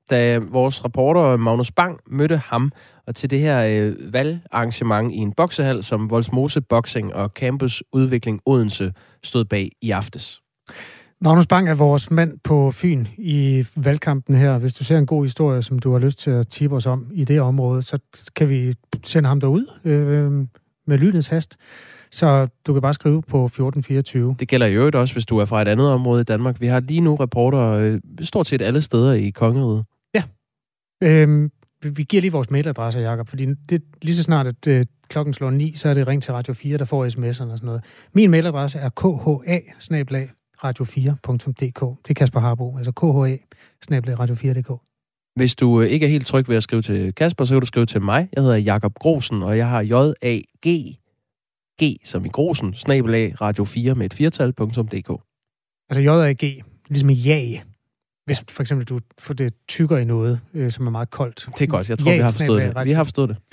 da vores reporter Magnus Bang mødte ham og til det her øh, valgarrangement i en boksehal, som Vollsmose Boxing og Campus Udvikling Odense stod bag i aftes. Magnus Bang er vores mand på Fyn i valgkampen her. Hvis du ser en god historie, som du har lyst til at tippe os om i det område, så kan vi sende ham derud øh, med lynets hast. Så du kan bare skrive på fjorten fireogtyve. Det gælder i øvrigt også, hvis du er fra et andet område i Danmark. Vi har lige nu reportere øh, stort set alle steder i Kongeriget. Ja. Øhm, vi giver lige vores mailadresse, Jakob, fordi det, lige så snart, at øh, klokken slår ni, så er det ring til Radio fire, der får sms'erne og sådan noget. Min mailadresse er k h a bindestreg radio fire punktum d k. Det er Kasper Harbo, altså k h a bindestreg radio fire punktum d k. Hvis du øh, ikke er helt tryg ved at skrive til Kasper, så kan du skrive til mig. Jeg hedder Jakob Grosen, og jeg har J A G G som i Grosen, snabelag radio fire med et firtal punktum d k. Altså J A G, ligesom i jag. Hvis for eksempel du får det tykker i noget, øh, som er meget koldt. Det er godt, jeg tror, jag, vi har forstået det. Vi har forstået det.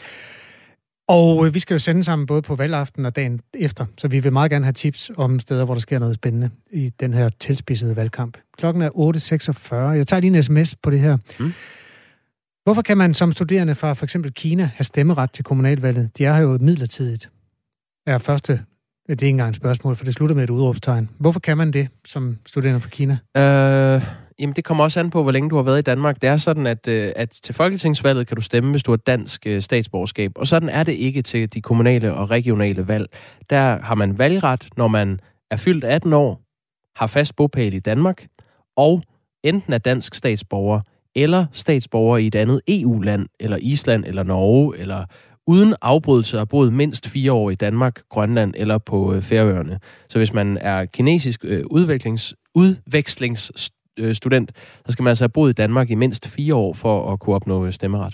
Og øh, vi skal jo sende sammen både på valgaften og dagen efter, så vi vil meget gerne have tips om steder, hvor der sker noget spændende i den her tilspidsede valgkamp. Klokken er otte seksogfyrre. Jeg tager lige en sms på det her. Mm. Hvorfor kan man som studerende fra for eksempel Kina have stemmeret til kommunalvalget? De er her jo midlertidigt. Er første, det er ikke engang et spørgsmål, for det slutter med et udråbstegn. Hvorfor kan man det som studerende fra Kina? Øh, jamen, det kommer også an på, hvor længe du har været i Danmark. Det er sådan, at, at til folketingsvalget kan du stemme, hvis du har dansk statsborgerskab. Og sådan er det ikke til de kommunale og regionale valg. Der har man valgret, når man er fyldt atten år, har fast bopæl i Danmark, og enten er dansk statsborger, eller statsborger i et andet E U-land, eller Island, eller Norge, eller uden afbrydelse har boet mindst fire år i Danmark, Grønland eller på øh, Færøerne. Så hvis man er kinesisk øh, udviklings, udvekslingsstudent, så skal man altså have boet i Danmark i mindst fire år for at kunne opnå stemmeret.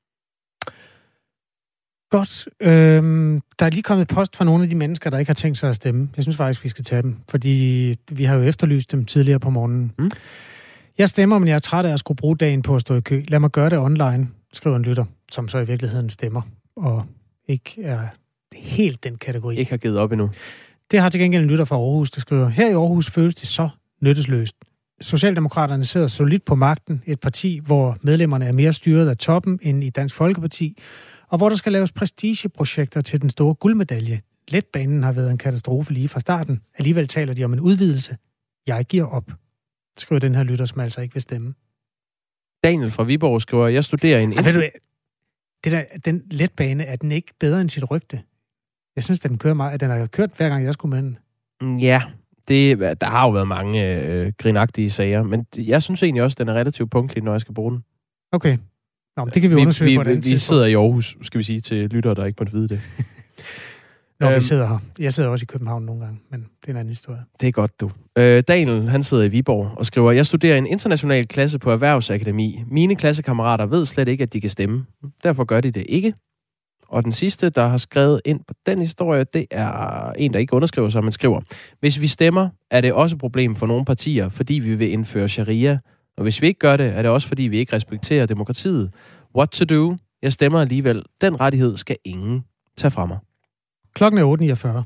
Godt. Øhm, der er lige kommet post fra nogle af de mennesker, der ikke har tænkt sig at stemme. Jeg synes faktisk, vi skal tage dem, fordi vi har jo efterlyst dem tidligere på morgenen. Mm. Jeg stemmer, men jeg er træt af at skulle bruge dagen på at stå i kø. Lad mig gøre det online, skriver en lytter, som så i virkeligheden stemmer, og ikke er helt den kategori. Ikke har givet op endnu. Det har til gengæld en lytter fra Aarhus, der skriver, her i Aarhus føles det så nyttesløst. Socialdemokraterne sidder solidt på magten, et parti, hvor medlemmerne er mere styret af toppen end i Dansk Folkeparti, og hvor der skal laves prestigeprojekter til den store guldmedalje. Letbanen har været en katastrofe lige fra starten. Alligevel taler de om en udvidelse. Jeg giver op, skriver den her lytter, som altså ikke vil stemme. Daniel fra Viborg skriver, jeg studerer en... Ja, ved du, det der, den letbane, er den ikke bedre end sit rygte? Jeg synes, at den kører meget. Den har kørt hver gang, jeg skulle med den. Ja, det, der har jo været mange øh, grinagtige sager, men jeg synes egentlig også, at den er relativt punktlig, når jeg skal bruge den. Okay. Nå, men det kan vi, vi undersøge vi, på et andet Vi sidder i Aarhus, skal vi sige, til lyttere, der ikke måtte vide det. Nå, øhm, vi sidder her. Jeg sidder også i København nogle gange, men det er en anden historie. Det er godt, du. Øh, Daniel, han sidder i Viborg og skriver, jeg studerer en international klasse på Erhvervsakademi. Mine klassekammerater ved slet ikke, at de kan stemme. Derfor gør de det ikke. Og den sidste, der har skrevet ind på den historie, det er en, der ikke underskriver sig, men skriver, hvis vi stemmer, er det også et problem for nogle partier, fordi vi vil indføre sharia. Og hvis vi ikke gør det, er det også fordi, vi ikke respekterer demokratiet. What to do? Jeg stemmer alligevel. Den rettighed skal ingen tage fra mig. Klokken er otte niogfyrre.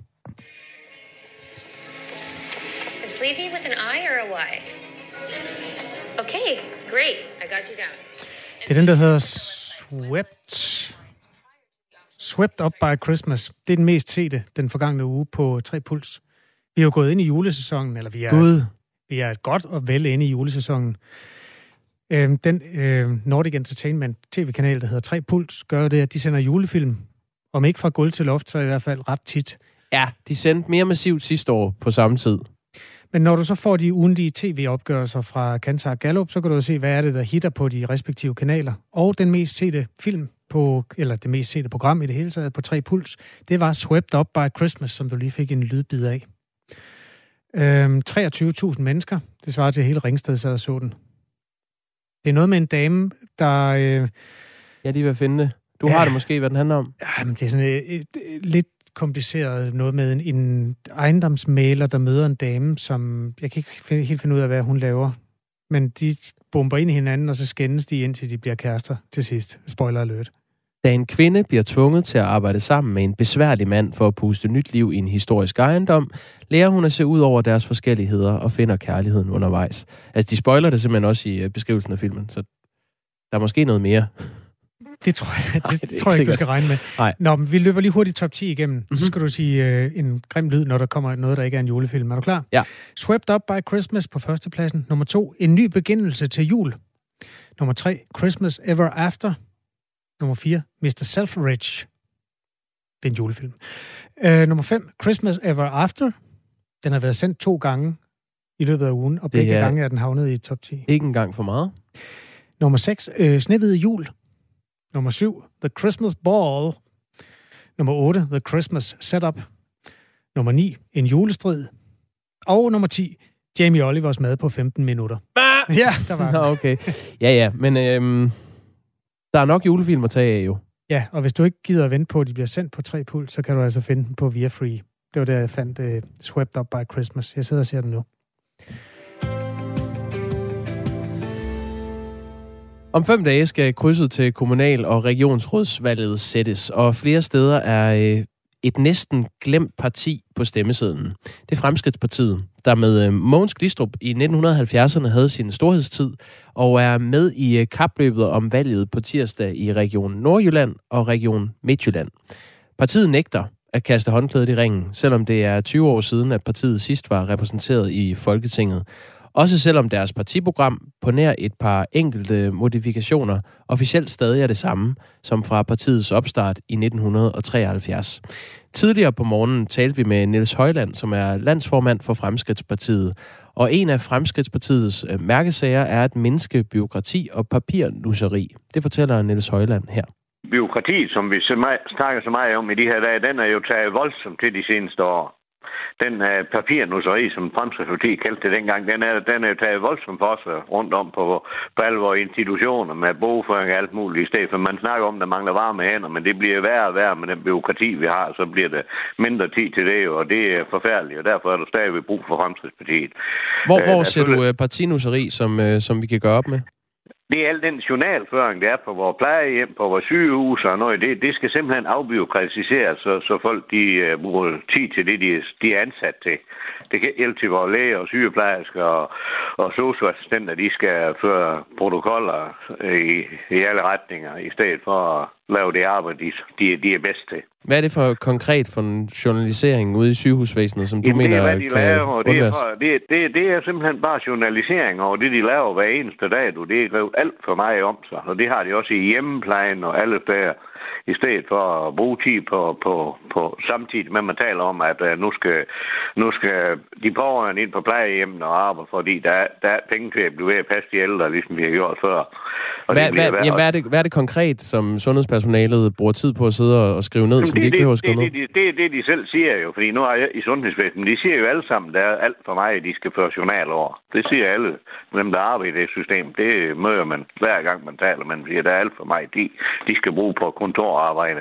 Is Levy with an I or a Y? Okay, great. I got you down. Det er den, der hedder Swept. Swept Up by Christmas. Det er den mest sete den forgangne uge på tre Puls. Vi er jo gået ind i julesæsonen, eller vi er, God. vi er godt og vel inde i julesæsonen. Øhm, den øh, Nordic Entertainment tv-kanal, der hedder tre Puls, gør det, at de sender julefilm. Om ikke fra gulv til loft, så i hvert fald ret tit. Ja, de sendte mere massivt sidste år på samme tid. Men når du så får de ugentlige tv-opgørelser fra Kantar Gallup, så kan du se, hvad er det, der hitter på de respektive kanaler. Og den mest sete film på, eller det mest sete program i det hele taget på tre Puls, det var Swept Up by Christmas, som du lige fik en lydbid af. Øhm, treogtyve tusind mennesker, det svarer til hele Ringsted, så så den. Det er noget med en dame, der... Øh, Jeg lige vil finde det. Du ja, har det måske, hvad den handler om. Ja, men det er sådan et, et, et lidt kompliceret noget med en, en ejendomsmægler, der møder en dame, som... Jeg kan ikke finde, helt finde ud af, hvad hun laver. Men de bomber ind i hinanden, og så skændes de, indtil de bliver kærester til sidst. Spoiler alert. Da en kvinde bliver tvunget til at arbejde sammen med en besværlig mand for at puste nyt liv i en historisk ejendom, lærer hun at se ud over deres forskelligheder og finder kærligheden undervejs. Altså, de spoiler det simpelthen også i beskrivelsen af filmen, så Der er måske noget mere. Det tror jeg, det, Ej, det det tror jeg ikke, du skal regne med. Nej. Nå, men vi løber lige hurtigt top ti igennem. Mm-hmm. Så Mhm. skal du sige øh, en grim lyd, når der kommer noget, der ikke er en julefilm. Er du klar? Ja. Swept Up by Christmas på førstepladsen. Nummer to, En ny begyndelse til jul. Nummer tre, Christmas Ever After. Nummer fire, mister Selfridge. Det er en julefilm. Øh, nummer fem, Christmas Ever After. Den har været sendt to gange i løbet af ugen, og Det begge er- gange er den havnet i top ti. Ikke engang for meget. Nummer seks, øh, Snehvide jul. Nummer syv, The Christmas Ball. Nummer otte, The Christmas Setup. Nummer ni, En julestrid. Og nummer ti, Jamie Olivers mad på femten minutter. Ja, der var Nå, den. okay. Ja, ja, men øhm, der er nok julefilm at tage af jo. Ja, og hvis du ikke gider at vente på, at de bliver sendt på tre pult, så kan du altså finde den på Viafree. Det var der, jeg fandt uh, Swept Up by Christmas. Jeg sidder og ser den nu. Om fem dage skal krydset til kommunal- og regionsrådsvalget sættes, og flere steder er øh, et næsten glemt parti på stemmesedlen. Det er Fremskridtspartiet, der med øh, Mogens Glistrup i nitten halvfjerdserne havde sin storhedstid, og er med i øh, kapløbet om valget på tirsdag i Region Nordjylland og Region Midtjylland. Partiet nægter at kaste håndklædet i ringen, selvom det er tyve år siden, at partiet sidst var repræsenteret i Folketinget. Også selvom deres partiprogram på nær et par enkelte modifikationer officielt stadig er det samme som fra partiets opstart i nitten treoghalvfjerds. Tidligere på morgenen talte vi med Niels Højland, som er landsformand for Fremskridtspartiet. Og en af Fremskridtspartiets mærkesager er at mindske byråkrati og papirnusseri. Det fortæller Niels Højland her. Byråkrati, som vi så meget, snakker så meget om i de her dage, den er jo taget voldsomt til de seneste år. Den uh, papirnusseri, som Fremskridtspartiet kaldte det dengang, den er, den er jo taget voldsomt for sig rundt om på, på alle vores institutioner med bogføring og alt muligt i stedet for. Man snakker om, at der mangler varme hænder, men det bliver værre og værre med den byråkrati, vi har, så bliver det mindre tid til det, og det er forfærdeligt, og derfor er der stadigvæk brug for Fremskridtspartiet. Hvor, hvor Uh, ser du uh, partinusseri, som, uh, som vi kan gøre op med? Det er al den journalføring, der er på vores plejehjem, på vores sygehus og noget. Det, det skal simpelthen afbureaukratiseres, så, så folk de uh, bruger tid til det, de, de er ansat til. Det kan hjælpe til vores læger og sygeplejersker og, og sosu-assistenter, de skal føre protokoller i, i alle retninger, i stedet for at lave det arbejde, de, de, de er bedst til. Hvad er det for konkret for en journalisering ude i sygehusvæsenet, som du Jamen, mener det er, hvad de kan laver, det er, undværes? for, det, det, det er simpelthen bare journalisering over det, de laver hver eneste dag. Du. Det er revet alt for meget om sig, og det har de også i hjemmeplejen og alle steder. I stedet for at bruge tid på, på, på samtidig med, at man taler om, at uh, nu, skal, nu skal de pårørende ind på plejehjemmen og arbejde, fordi der, der er penge til at blive ved at passe de ældre, ligesom vi har gjort før. Og Hvad, det bliver hvad, værre. jamen, hvad, er det, hvad er det konkret, som sundhedspersonalet bruger tid på at sidde og, og skrive ned, Jamen, som de det, ikke det, behøver at skrive det, ned? det, det, det er det, de selv siger jo, fordi nu er jeg i sundhedsvæsenet, de siger jo alle sammen, der er alt for meget, de skal føre journal over. Det siger alle dem, der arbejder i det system. Det møder man hver gang, man taler, man siger, der er alt for meget, de, de skal bruge på kontorarbejde.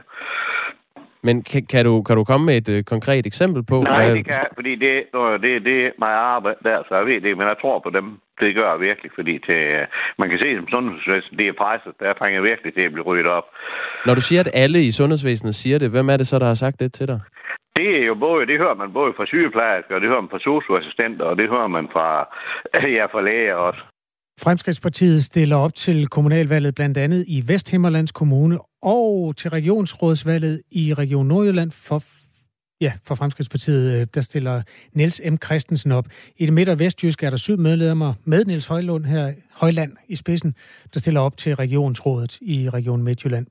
Men kan, kan, du, kan du komme med et uh, konkret eksempel på? Nej, hvad... det kan fordi det, det, det er mig arbejde der, så jeg ved det, men jeg tror på dem. Det gør jeg virkelig, fordi til, man kan se som sundhedsvæsen, det er presset, der trænger virkelig til at blive ryddet op. Når du siger, at alle i sundhedsvæsenet siger det, hvem er det så, der har sagt det til dig? Det er jo både, det hører man både fra sygeplejersker, og det hører man fra sosu-assistenter, og det hører man fra, ja, fra læger også. Fremskridtspartiet stiller op til kommunalvalget blandt andet i Vesthimmerlands Kommune og til regionsrådsvalget i Region Nordjylland for, ja, for Fremskridtspartiet. Der stiller Niels M. Christensen op. I det midt- og vestjyske er der syv medlemmer med Niels Højlund her, Højland i spidsen, der stiller op til regionsrådet i Region Midtjylland.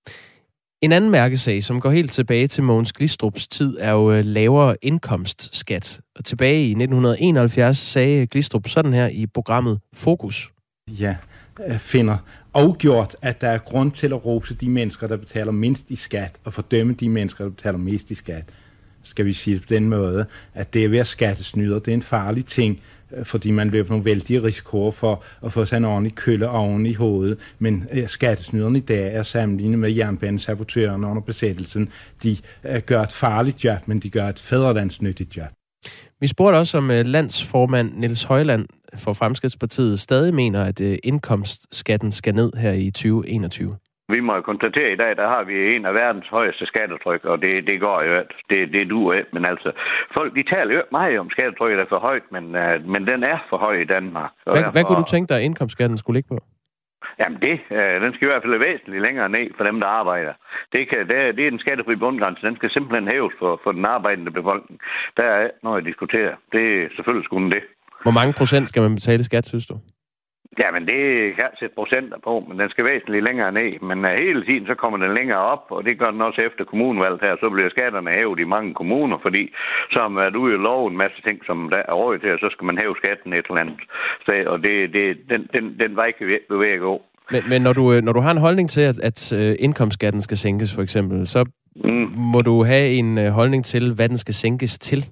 En anden mærkesag, som går helt tilbage til Mogens Glistrups tid, er jo lavere indkomstskat. Og tilbage i nitten enoghalvfjerds sagde Glistrup sådan her i programmet Fokus. Ja, finder afgjort, at der er grund til at rose de mennesker, der betaler mindst i skat, og fordømme de mennesker, der betaler mest i skat. Skal vi sige på den måde, at det at være skattesnyder, det er en farlig ting, fordi man løber nogle vældige risikoer for at få sig en ordentlig kølle oven i hovedet. Men skattesnyderne i dag er sammenlignet med jernbanesabotørerne under besættelsen. De gør et farligt job, men de gør et fædrelandsnyttigt job. Vi spurgte også, om landsformand Niels Højland for Fremskridtspartiet stadig mener, at indkomstskatten skal ned her i tyve enogtyve. Vi må konstatere i dag, der har vi en af verdens højeste skattetryk, og det, det går jo, det, det duer ikke. Men altså, folk de taler jo meget om skattetrykket er for højt, men, uh, men den er for høj i Danmark. Hvad, derfor... hvad kunne du tænke dig, at indkomstskatten skulle ligge på? Jamen det, øh, den skal i hvert fald være væsentligt længere ned for dem, der arbejder. Det, kan, det, er, det er den skattefri bundgrænse. Den skal simpelthen hæves for, for den arbejdende befolkning. Der er noget at diskutere. Det er selvfølgelig skulle det. Hvor mange procent skal man betale skat, synes du? Jamen det kan jeg sætte procenter på, men den skal væsentligt længere ned. Men uh, hele tiden så kommer den længere op, og det gør den også efter kommunevalget her. Så bliver skatterne hævet i mange kommuner, fordi så har man været ude og love en masse ting, som der er råd til, og så skal man hæve skatten et eller andet sted. Og det, det, den, den, den vej kan vi bevæge gå. Men, men når, du, når du har en holdning til, at, at indkomstskatten skal sænkes for eksempel, så mm. må du have en holdning til, hvad den skal sænkes til.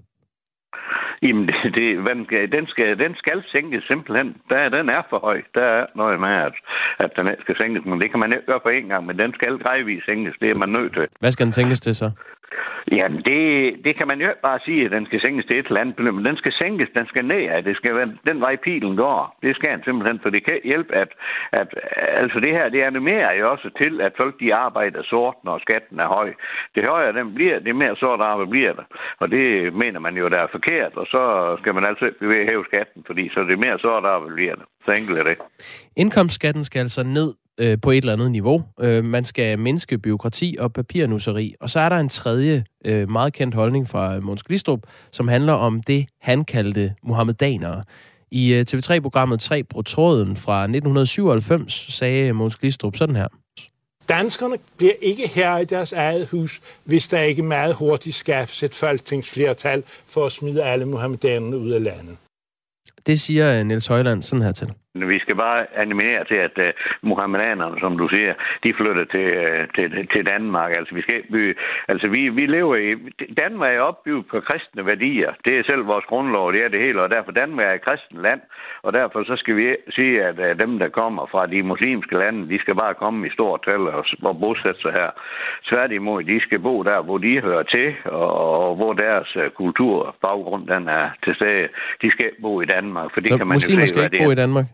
Jamen, det, det, den, skal, den, skal, den skal sænkes simpelthen. Der, den er for høj. Der er noget med, at, at den skal sænkes. Men det kan man ikke gøre på en gang, men den skal gradvist sænkes. Det er man nødt til. Hvad skal den sænkes til så? Jamen, det, det kan man jo ikke bare sige, at den skal sænkes til et eller andet beløb, men den skal sænkes, den skal ned. Det skal være den vej pilen går. Det skal den simpelthen, for det kan hjælpe, at, at altså det her, det animerer jo også til, at folk de arbejder sort, når skatten er høj. Det højere den bliver, det mere sort arbejde bliver der. Og det mener man jo, der er forkert, og så skal man altså ikke bevæge hæve skatten, fordi så det mere sort arbejde bliver der. Så enkelt er det. Indkomstskatten skal altså ned på et eller andet niveau. Man skal mindske byråkrati og papirnusseri. Og så er der en tredje meget kendt holdning fra Mogens Glistrup, som handler om det, han kaldte muhammedanere. I T V tre-programmet tre på tråden fra nitten syvoghalvfems sagde Mogens Glistrup sådan her. Danskerne bliver ikke herre i deres eget hus, hvis der ikke meget hurtigt skaffes et folketingsflertal for at smide alle muhammedanerne ud af landet. Det siger Niels Højland sådan her til. Vi skal bare animere til, at uh, muhammedanerne, som du siger, de flytter til, uh, til, til Danmark. Altså, vi, skal, vi, altså vi, vi lever i... Danmark er opbygget på kristne værdier. Det er selv vores grundlov, det er det hele, og derfor Danmark er et kristent land, og derfor så skal vi sige, at uh, dem, der kommer fra de muslimske lande, de skal bare komme i stort tal og, og bosætte sig her. Tværtimod, de skal bo der, hvor de hører til, og, og hvor deres uh, kultur, baggrund, den er til stede. De skal bo i Danmark, for det så kan man muslimer jo se, skal ikke bo i Danmark?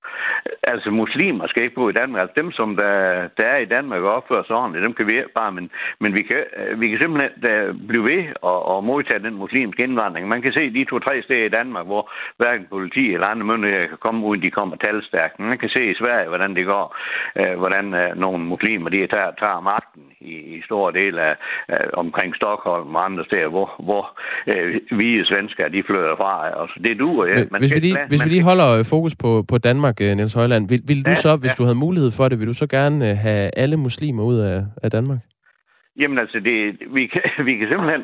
Altså, muslimer skal ikke bo i Danmark. Altså, dem, som der, der er i Danmark og opfører sig ordentligt, dem kan vi ikke bare, men, men vi, kan, vi kan simpelthen uh, blive ved og, og modtage den muslimske indvandring. Man kan se de to-tre steder i Danmark, hvor hverken politi eller andre myndigheder kan komme uden, de kommer talstærkt. Man kan se i Sverige, hvordan det går, uh, hvordan uh, nogle muslimer, de tager, tager magten i, i store dele af uh, omkring Stockholm og andre steder, hvor, hvor uh, hvide svenskere, de flytter fra. Altså, det duer, ja. Man hvis, vi lige, hvis vi lige holder fokus på, på Danmark, Niels Højland, vil, vil du ja, så, hvis ja. du havde mulighed for det, vil du så gerne have alle muslimer ud af, af Danmark? Jamen altså, det, vi, kan, vi kan simpelthen,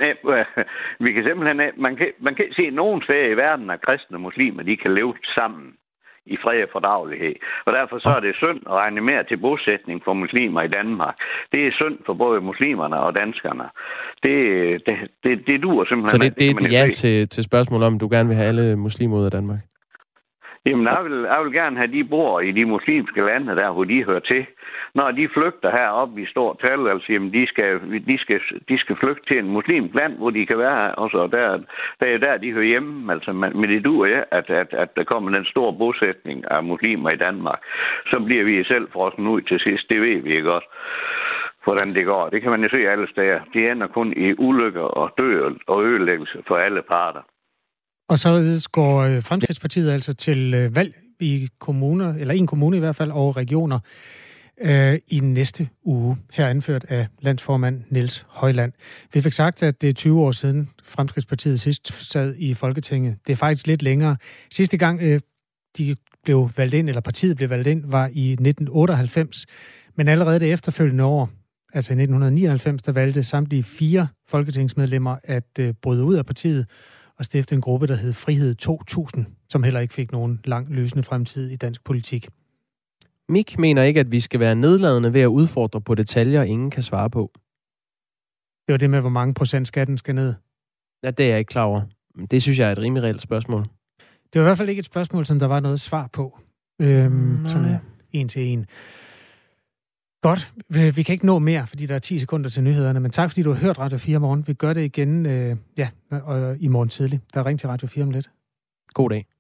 vi kan simpelthen man, kan, man kan se nogen steder i verden, at kristne og muslimer, de kan leve sammen i fred og fordragelighed. Og derfor så er det synd at regne mere til bosætning for muslimer i Danmark. Det er synd for både muslimerne og danskerne. Det, det, det, det duer simpelthen. Så det, det er et ja til, til spørgsmålet om, du gerne vil have alle muslimer ud af Danmark? Jamen, jeg vil, jeg vil gerne have, de bor i de muslimske lande, der hvor de hører til. Når de flygter heroppe i stort tal, altså, jamen, de skal, de skal, de skal flygte til en muslimsk land, hvor de kan være, og så der, der er der, de hører hjemme. Altså, men det duer ja, at, at, at der kommer den store bosætning af muslimer i Danmark. Så bliver vi selv frosset ud til sidst. Det ved vi ikke også, hvordan det går. Det kan man jo se alle steder. Det ender kun i ulykker og død og ødelæggelse for alle parter. Og så går Fremskridtspartiet altså til valg i kommuner, eller en kommune i hvert fald, og regioner øh, i næste uge, her anført af landsformand Niels Højland. Vi fik sagt, at det er tyve år siden Fremskridtspartiet sidst sad i Folketinget. Det er faktisk lidt længere. Sidste gang øh, de blev valgt ind, eller partiet blev valgt ind, var i nitten otteoghalvfems. Men allerede det efterfølgende år, altså i nitten nioghalvfems, der valgte samtlige fire folketingsmedlemmer at øh, bryde ud af partiet og stifte en gruppe, der hed Frihed to tusind, som heller ikke fik nogen lang løsende fremtid i dansk politik. Mik mener ikke, at vi skal være nedladende ved at udfordre på detaljer, ingen kan svare på. Det var det med, hvor mange procent skatten skal ned. Ja, det er jeg ikke klar over. Det synes jeg er et rimelig reelt spørgsmål. Det var i hvert fald ikke et spørgsmål, som der var noget svar på. Øhm, sådan en til en. Godt. Vi kan ikke nå mere, fordi der er ti sekunder til nyhederne, men tak, fordi du har hørt Radio fire morgen. Vi gør det igen øh, ja, og i morgen tidlig. Der er ring til Radio fire om lidt. God dag.